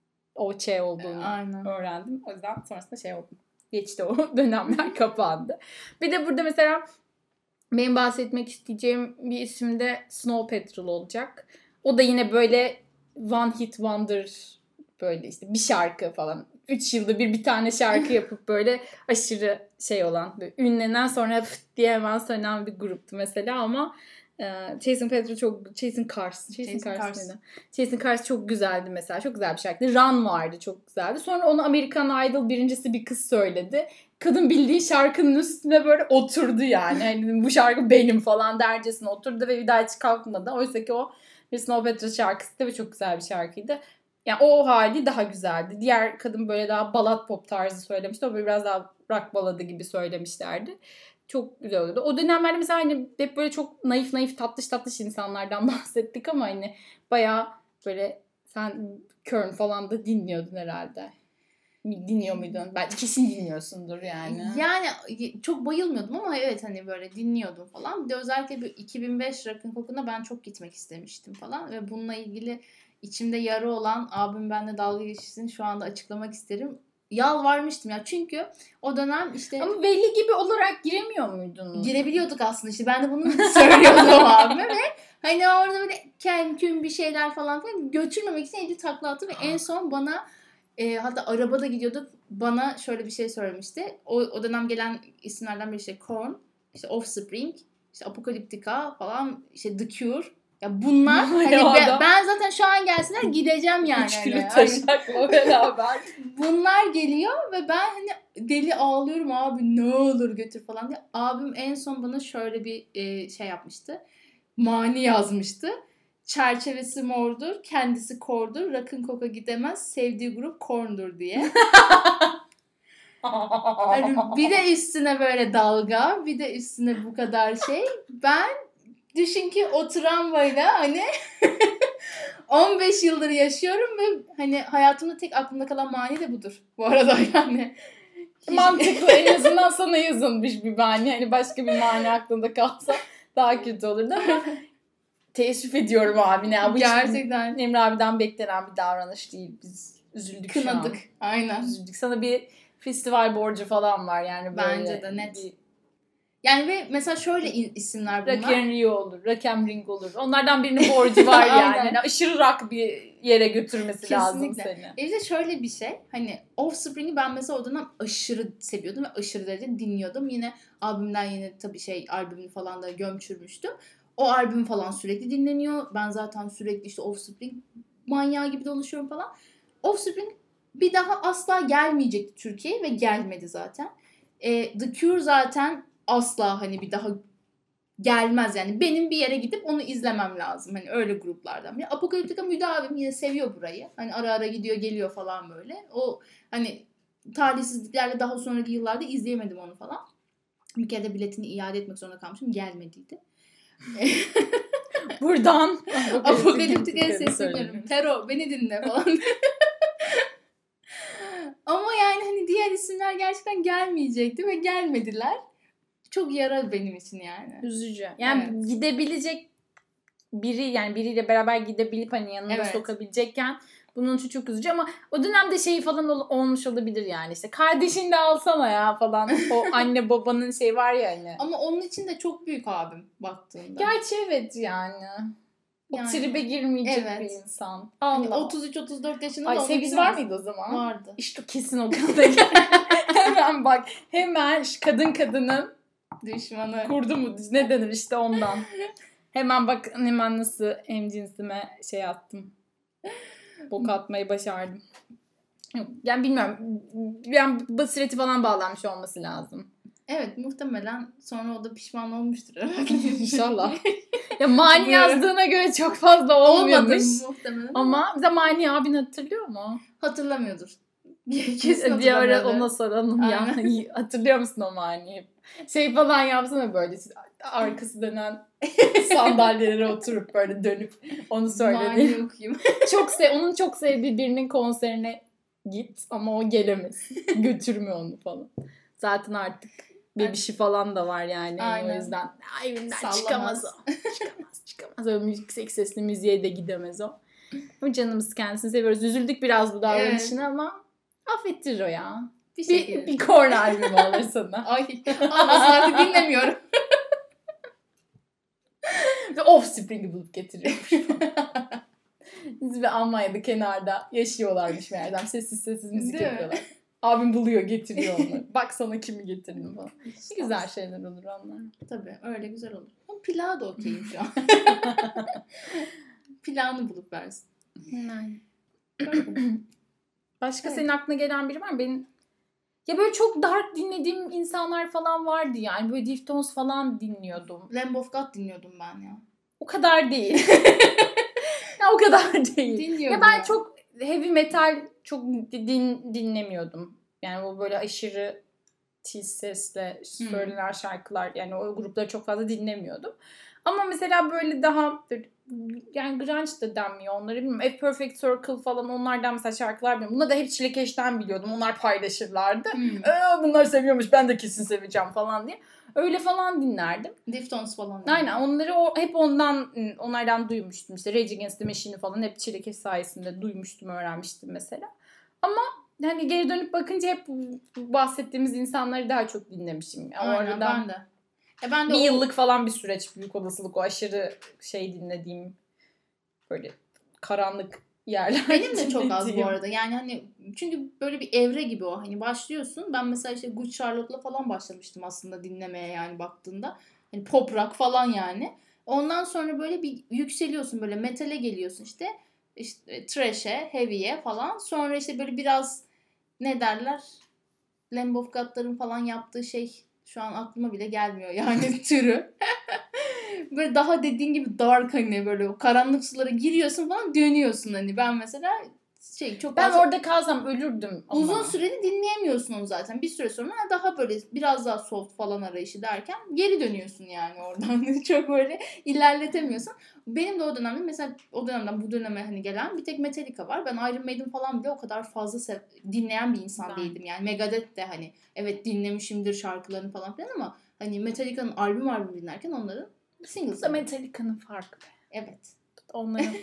O Ç olduğunu Aynen. öğrendim. O yüzden sonrasında şey oldu. Geçti o dönemler kapandı. Bir de burada mesela benim bahsetmek isteyeceğim bir isim de Snow Patrol olacak. O da yine böyle one hit wonder böyle işte bir şarkı falan. Üç yılda bir bir tane şarkı yapıp böyle aşırı şey olan, böyle ünlenen sonra fıt diye hemen sönen bir gruptu mesela ama e, Chasing Petrol çok, Chasing Cars. Chasing, Chasing Cars, Cars mıydı? Chasing Cars çok güzeldi mesela. Çok güzel bir şarkıydı. Run vardı, çok güzeldi. Sonra onu American Idol birincisi bir kız söyledi. Kadın bildiği şarkının üstüne böyle oturdu yani. Hani bu şarkı benim falan dercesine oturdu ve bir daha hiç kalkmadı. Oysa ki o bir Snow Patrol şarkısı da ve çok güzel bir şarkıydı. Yani o hali daha güzeldi. Diğer kadın böyle daha ballad pop tarzı söylemişti. O böyle biraz daha rock baladı gibi söylemişlerdi. Çok güzel oluyordu. O dönemlerde mesela hani hep böyle çok naif naif tatlış tatlış insanlardan bahsettik ama hani bayağı böyle sen Kern falan da dinliyordun herhalde. Dinliyor muydun? Belki kesin dinliyorsundur yani. Yani çok bayılmıyordum ama evet hani böyle dinliyordum falan. Bir de özellikle bir iki bin beş Rock'n'Coke'una ben çok gitmek istemiştim falan. Ve bununla ilgili içimde yarı olan abim benimle dalga geçsin şu anda açıklamak isterim. Yalvarmıştım ya çünkü o dönem işte... Ama veli gibi olarak giremiyor muydunuz? Girebiliyorduk aslında işte ben de bunu söylüyordum abime ve hani orada böyle kenküm bir şeyler falan filan götürmemek için eli takla attı ve en son bana e, hatta arabada gidiyorduk bana şöyle bir şey söylemişti. O, o dönem gelen isimlerden biri işte Korn, işte Offspring, işte Apocalyptica falan, işte The Cure. Ya bunlar hani ben, ben zaten şu an gelsinler gideceğim yani. üç kilo taşakla beraber. Bunlar geliyor ve ben hani deli ağlıyorum abi ne olur götür falan diye. Abim en son bana şöyle bir e, şey yapmıştı. Mani yazmıştı. Çerçevesi mordur, kendisi kordur, Rock'n'Coke'a gidemez, sevdiği grup Korn'dur diye. Yani bir de üstüne böyle dalga, bir de üstüne bu kadar şey. Ben düşün ki o travmayla hani on beş yıldır yaşıyorum ve hani hayatımda tek aklımda kalan mani de budur. Bu arada yani. Mantıklı. En azından sana yazılmış bir mani. Hani başka bir mani aklında kalsa daha kötü olurdu ama teessüf ediyorum abine. Bu gerçekten. Emre abiden beklenen bir davranış değil. Biz üzüldük Kınadık. şu an. Aynen. Üzüldük. Sana bir festival borcu falan var yani böyle. Bence de net. Bir... Yani ve mesela şöyle isimler bunlar. Rock and Rio olur, Rock and Ring olur. Onlardan birinin borcu var yani. Yani aşırı rock bir yere götürmesi kesinlikle lazım seni. E bir de şöyle bir şey. Hani Offspring'i ben mesela o dönem aşırı seviyordum ve aşırı derece dinliyordum. Yine abimden yine tabii şey albümünü falan da gömçürmüştüm. O albüm falan sürekli dinleniyor. Ben zaten sürekli işte Offspring manyağı gibi dolaşıyorum falan. Offspring bir daha asla gelmeyecekti Türkiye'ye ve gelmedi zaten. E, The Cure zaten asla hani bir daha gelmez yani. Benim bir yere gidip onu izlemem lazım. Hani öyle gruplardan biri. Apocalyptica müdavim yine seviyor burayı. Hani ara ara gidiyor geliyor falan böyle. O hani talihsizliklerle daha sonraki yıllarda izleyemedim onu falan. Bir kere de biletini iade etmek zorunda kalmışım. Gelmediydi. Buradan Apocalyptica'ya sesleniyorum. Tero beni dinle falan. Ama yani hani diğer isimler gerçekten gelmeyecekti ve gelmediler. Çok yara benim için yani. Üzücü. Yani evet. Gidebilecek biri yani biriyle beraber gidebilip hani yanında evet. sokabilecekken bunun için çok üzücü ama o dönemde şey falan ol- olmuş olabilir yani işte kardeşini de alsana ya falan o anne babanın şey var ya hani. Ama onun için de çok büyük abim baktığında. Gerçi evet yani. O yani, tribe girmeyecek evet. bir insan. Hani otuz üç otuz dört yaşında Ay, da sevgisi var mıydı o zaman? Vardı. İşte kesin o kadın. Hemen bak hemen kadın kadının düşmanı. Kurdu mu? Ne denir işte ondan. Hemen bak hemen nasıl hemcinsime şey attım. bok atmayı başardım. Yok, yani bilmiyorum. Yani basireti falan bağlanmış olması lazım. Evet, muhtemelen sonra o da pişman olmuştur herhalde. İnşallah. Ya Mani yazdığına göre çok fazla olmuyormuş. Olmadı muhtemelen. Ama bize Mani abin hatırlıyor mu? Hatırlamıyordur. Kesin Bir ara hatırlamıyordur. ona soralım ya. Aynen. Hatırlıyor musun o Mani'yi? Şey falan yapsana böyle. Arkası dönen sandalyelere oturup böyle dönüp onu söyledi. Mani okuyayım. Çok sev onun çok sevdiği birinin konserine git ama o gelemez. Götürme onu falan. Zaten artık bebişi falan da var yani. Aynen. O yüzden evinden Sallamaz. çıkamaz o. Çıkamaz çıkamaz. Öyle yüksek sesli müziğe de gidemez o. Ama canımız kendisini seviyoruz. Üzüldük biraz bu davranışına evet. Ama affettirir o ya. Bir, bir, bir korn albümü alır sana. Ay almasın artık dinlemiyorum. Ve Offspring'i bulup getiriyormuş. Biz bir Almanya'da kenarda yaşıyorlarmış meğersem. Sessiz sessiz müzik Değil yapıyorlar. Mi? Abim buluyor getiriyor onu. Bak sana kimi getirdim falan. Ne güzel şeyler olur onlar. Tabii öyle güzel olur. Ama plağı da okeyim şu an. Plağını bulup versin. Yani. Başka evet. Senin aklına gelen biri var mı? Benim ya böyle çok dark dinlediğim insanlar falan vardı yani. Böyle Deftones falan dinliyordum. Lamb of God dinliyordum ben ya. O kadar değil. ya o kadar değil. Dinliyordum ya ben ya. Çok heavy metal çok din, dinlemiyordum. Yani o böyle aşırı tiz sesle söylenen hmm. şarkılar yani o grupları çok fazla dinlemiyordum. Ama mesela böyle daha yani grunge da denmiyor onları bilmiyorum. A Perfect Circle falan onlardan mesela şarkılar bilmiyorum. Bunları da hep Çilekeş'ten biliyordum. Onlar paylaşırlardı. Hmm. Ee, bunlar seviyormuş ben de kesin seveceğim falan diye. Öyle falan dinlerdim. Deftones falan. Aynen onları o, hep ondan onlardan duymuştum. İşte Rage Against the Machine'i falan hep Çilekeş sayesinde duymuştum, öğrenmiştim mesela. Ama hani geri dönüp bakınca hep bahsettiğimiz insanları daha çok dinlemişim. Yani aynen oradan... ben de. Ya ben de bir o... yıllık falan bir süreç büyük olasılık o aşırı şey dinlediğim böyle karanlık yerler. Benim de çok az bu arada. Yani hani çünkü böyle bir evre gibi o. Hani başlıyorsun. Ben mesela işte Good Charlotte'la falan başlamıştım aslında dinlemeye yani baktığında. Hani pop rock falan yani. Ondan sonra böyle bir yükseliyorsun böyle metale geliyorsun işte. İşte trash'e, heavy'e falan. Sonra işte böyle biraz ne derler? Lamb of God'ların falan yaptığı şey şu an aklıma bile gelmiyor yani türü. Böyle daha dediğin gibi dark hani böyle o karanlık sulara giriyorsun falan dönüyorsun hani. Ben mesela şey çok Ben fazla... orada kalsam ölürdüm ama. Uzun süreli dinleyemiyorsun onu zaten. Bir süre sonra daha böyle biraz daha soft falan arayışı derken geri dönüyorsun yani oradan. Çok böyle ilerletemiyorsun. Benim de o dönemde mesela o dönemden bu döneme hani gelen bir tek Metallica var. Ben Iron Maiden falan bile o kadar fazla sev- dinleyen bir insan ben. değildim yani. Megadeth de hani evet dinlemişimdir şarkılarını falan filan ama hani Metallica'nın albüm albüm dinlerken onların singles. Bu da Metallica'nın farkı be. Evet. Onların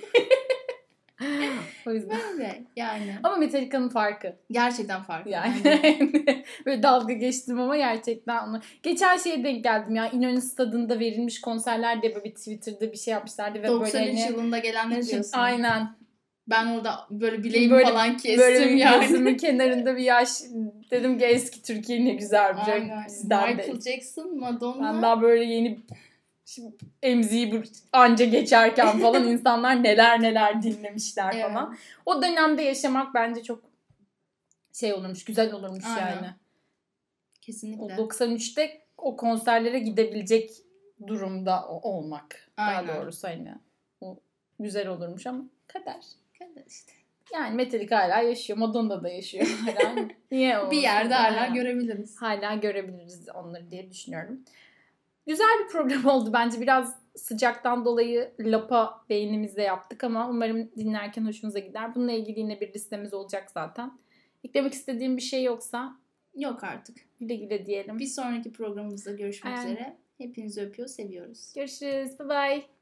o yüzden. Böyle yani. Ama Metallica'nın farkı. Gerçekten farkı. Yani. Böyle dalga geçtim ama gerçekten onu. Geçen şeye denk geldim ya. İnönü Stadı'nda verilmiş konserler diye böyle bir Twitter'da bir şey yapmışlardı. Ve doksan üç böyle hani, yılında gelenleri diyorsun. Aynen. Ben orada böyle bileğimi böyle, falan kestim böyle yani. Böyle gözümün kenarında bir yaş. Dedim ki eski Türkiye ne güzelmiş. Aynen. Michael de. Jackson, Madonna. Ben daha böyle yeni şimdi emziği anca geçerken falan insanlar neler neler dinlemişler evet. falan. O dönemde yaşamak bence çok şey olurmuş, güzel olurmuş aynen. Yani. Kesinlikle. O doksan üçte o konserlere gidebilecek durumda olmak. Aynen. Daha doğrusu hani. O güzel olurmuş ama kader. Kader işte. Yani Metallica hala yaşıyor. Madonna da yaşıyor hala. Niye olsun? Bir yerde hala görebiliriz. Hala görebiliriz onları diye düşünüyorum. Güzel bir program oldu bence. Biraz sıcaktan dolayı lapa beynimizde yaptık ama umarım dinlerken hoşunuza gider. Bununla ilgili yine bir listemiz olacak zaten. Eklemek istediğim bir şey yoksa? Yok artık. Güle güle diyelim. Bir sonraki programımızda görüşmek Aynen. üzere. Hepinizi öpüyor, seviyoruz. Görüşürüz. Bye bye.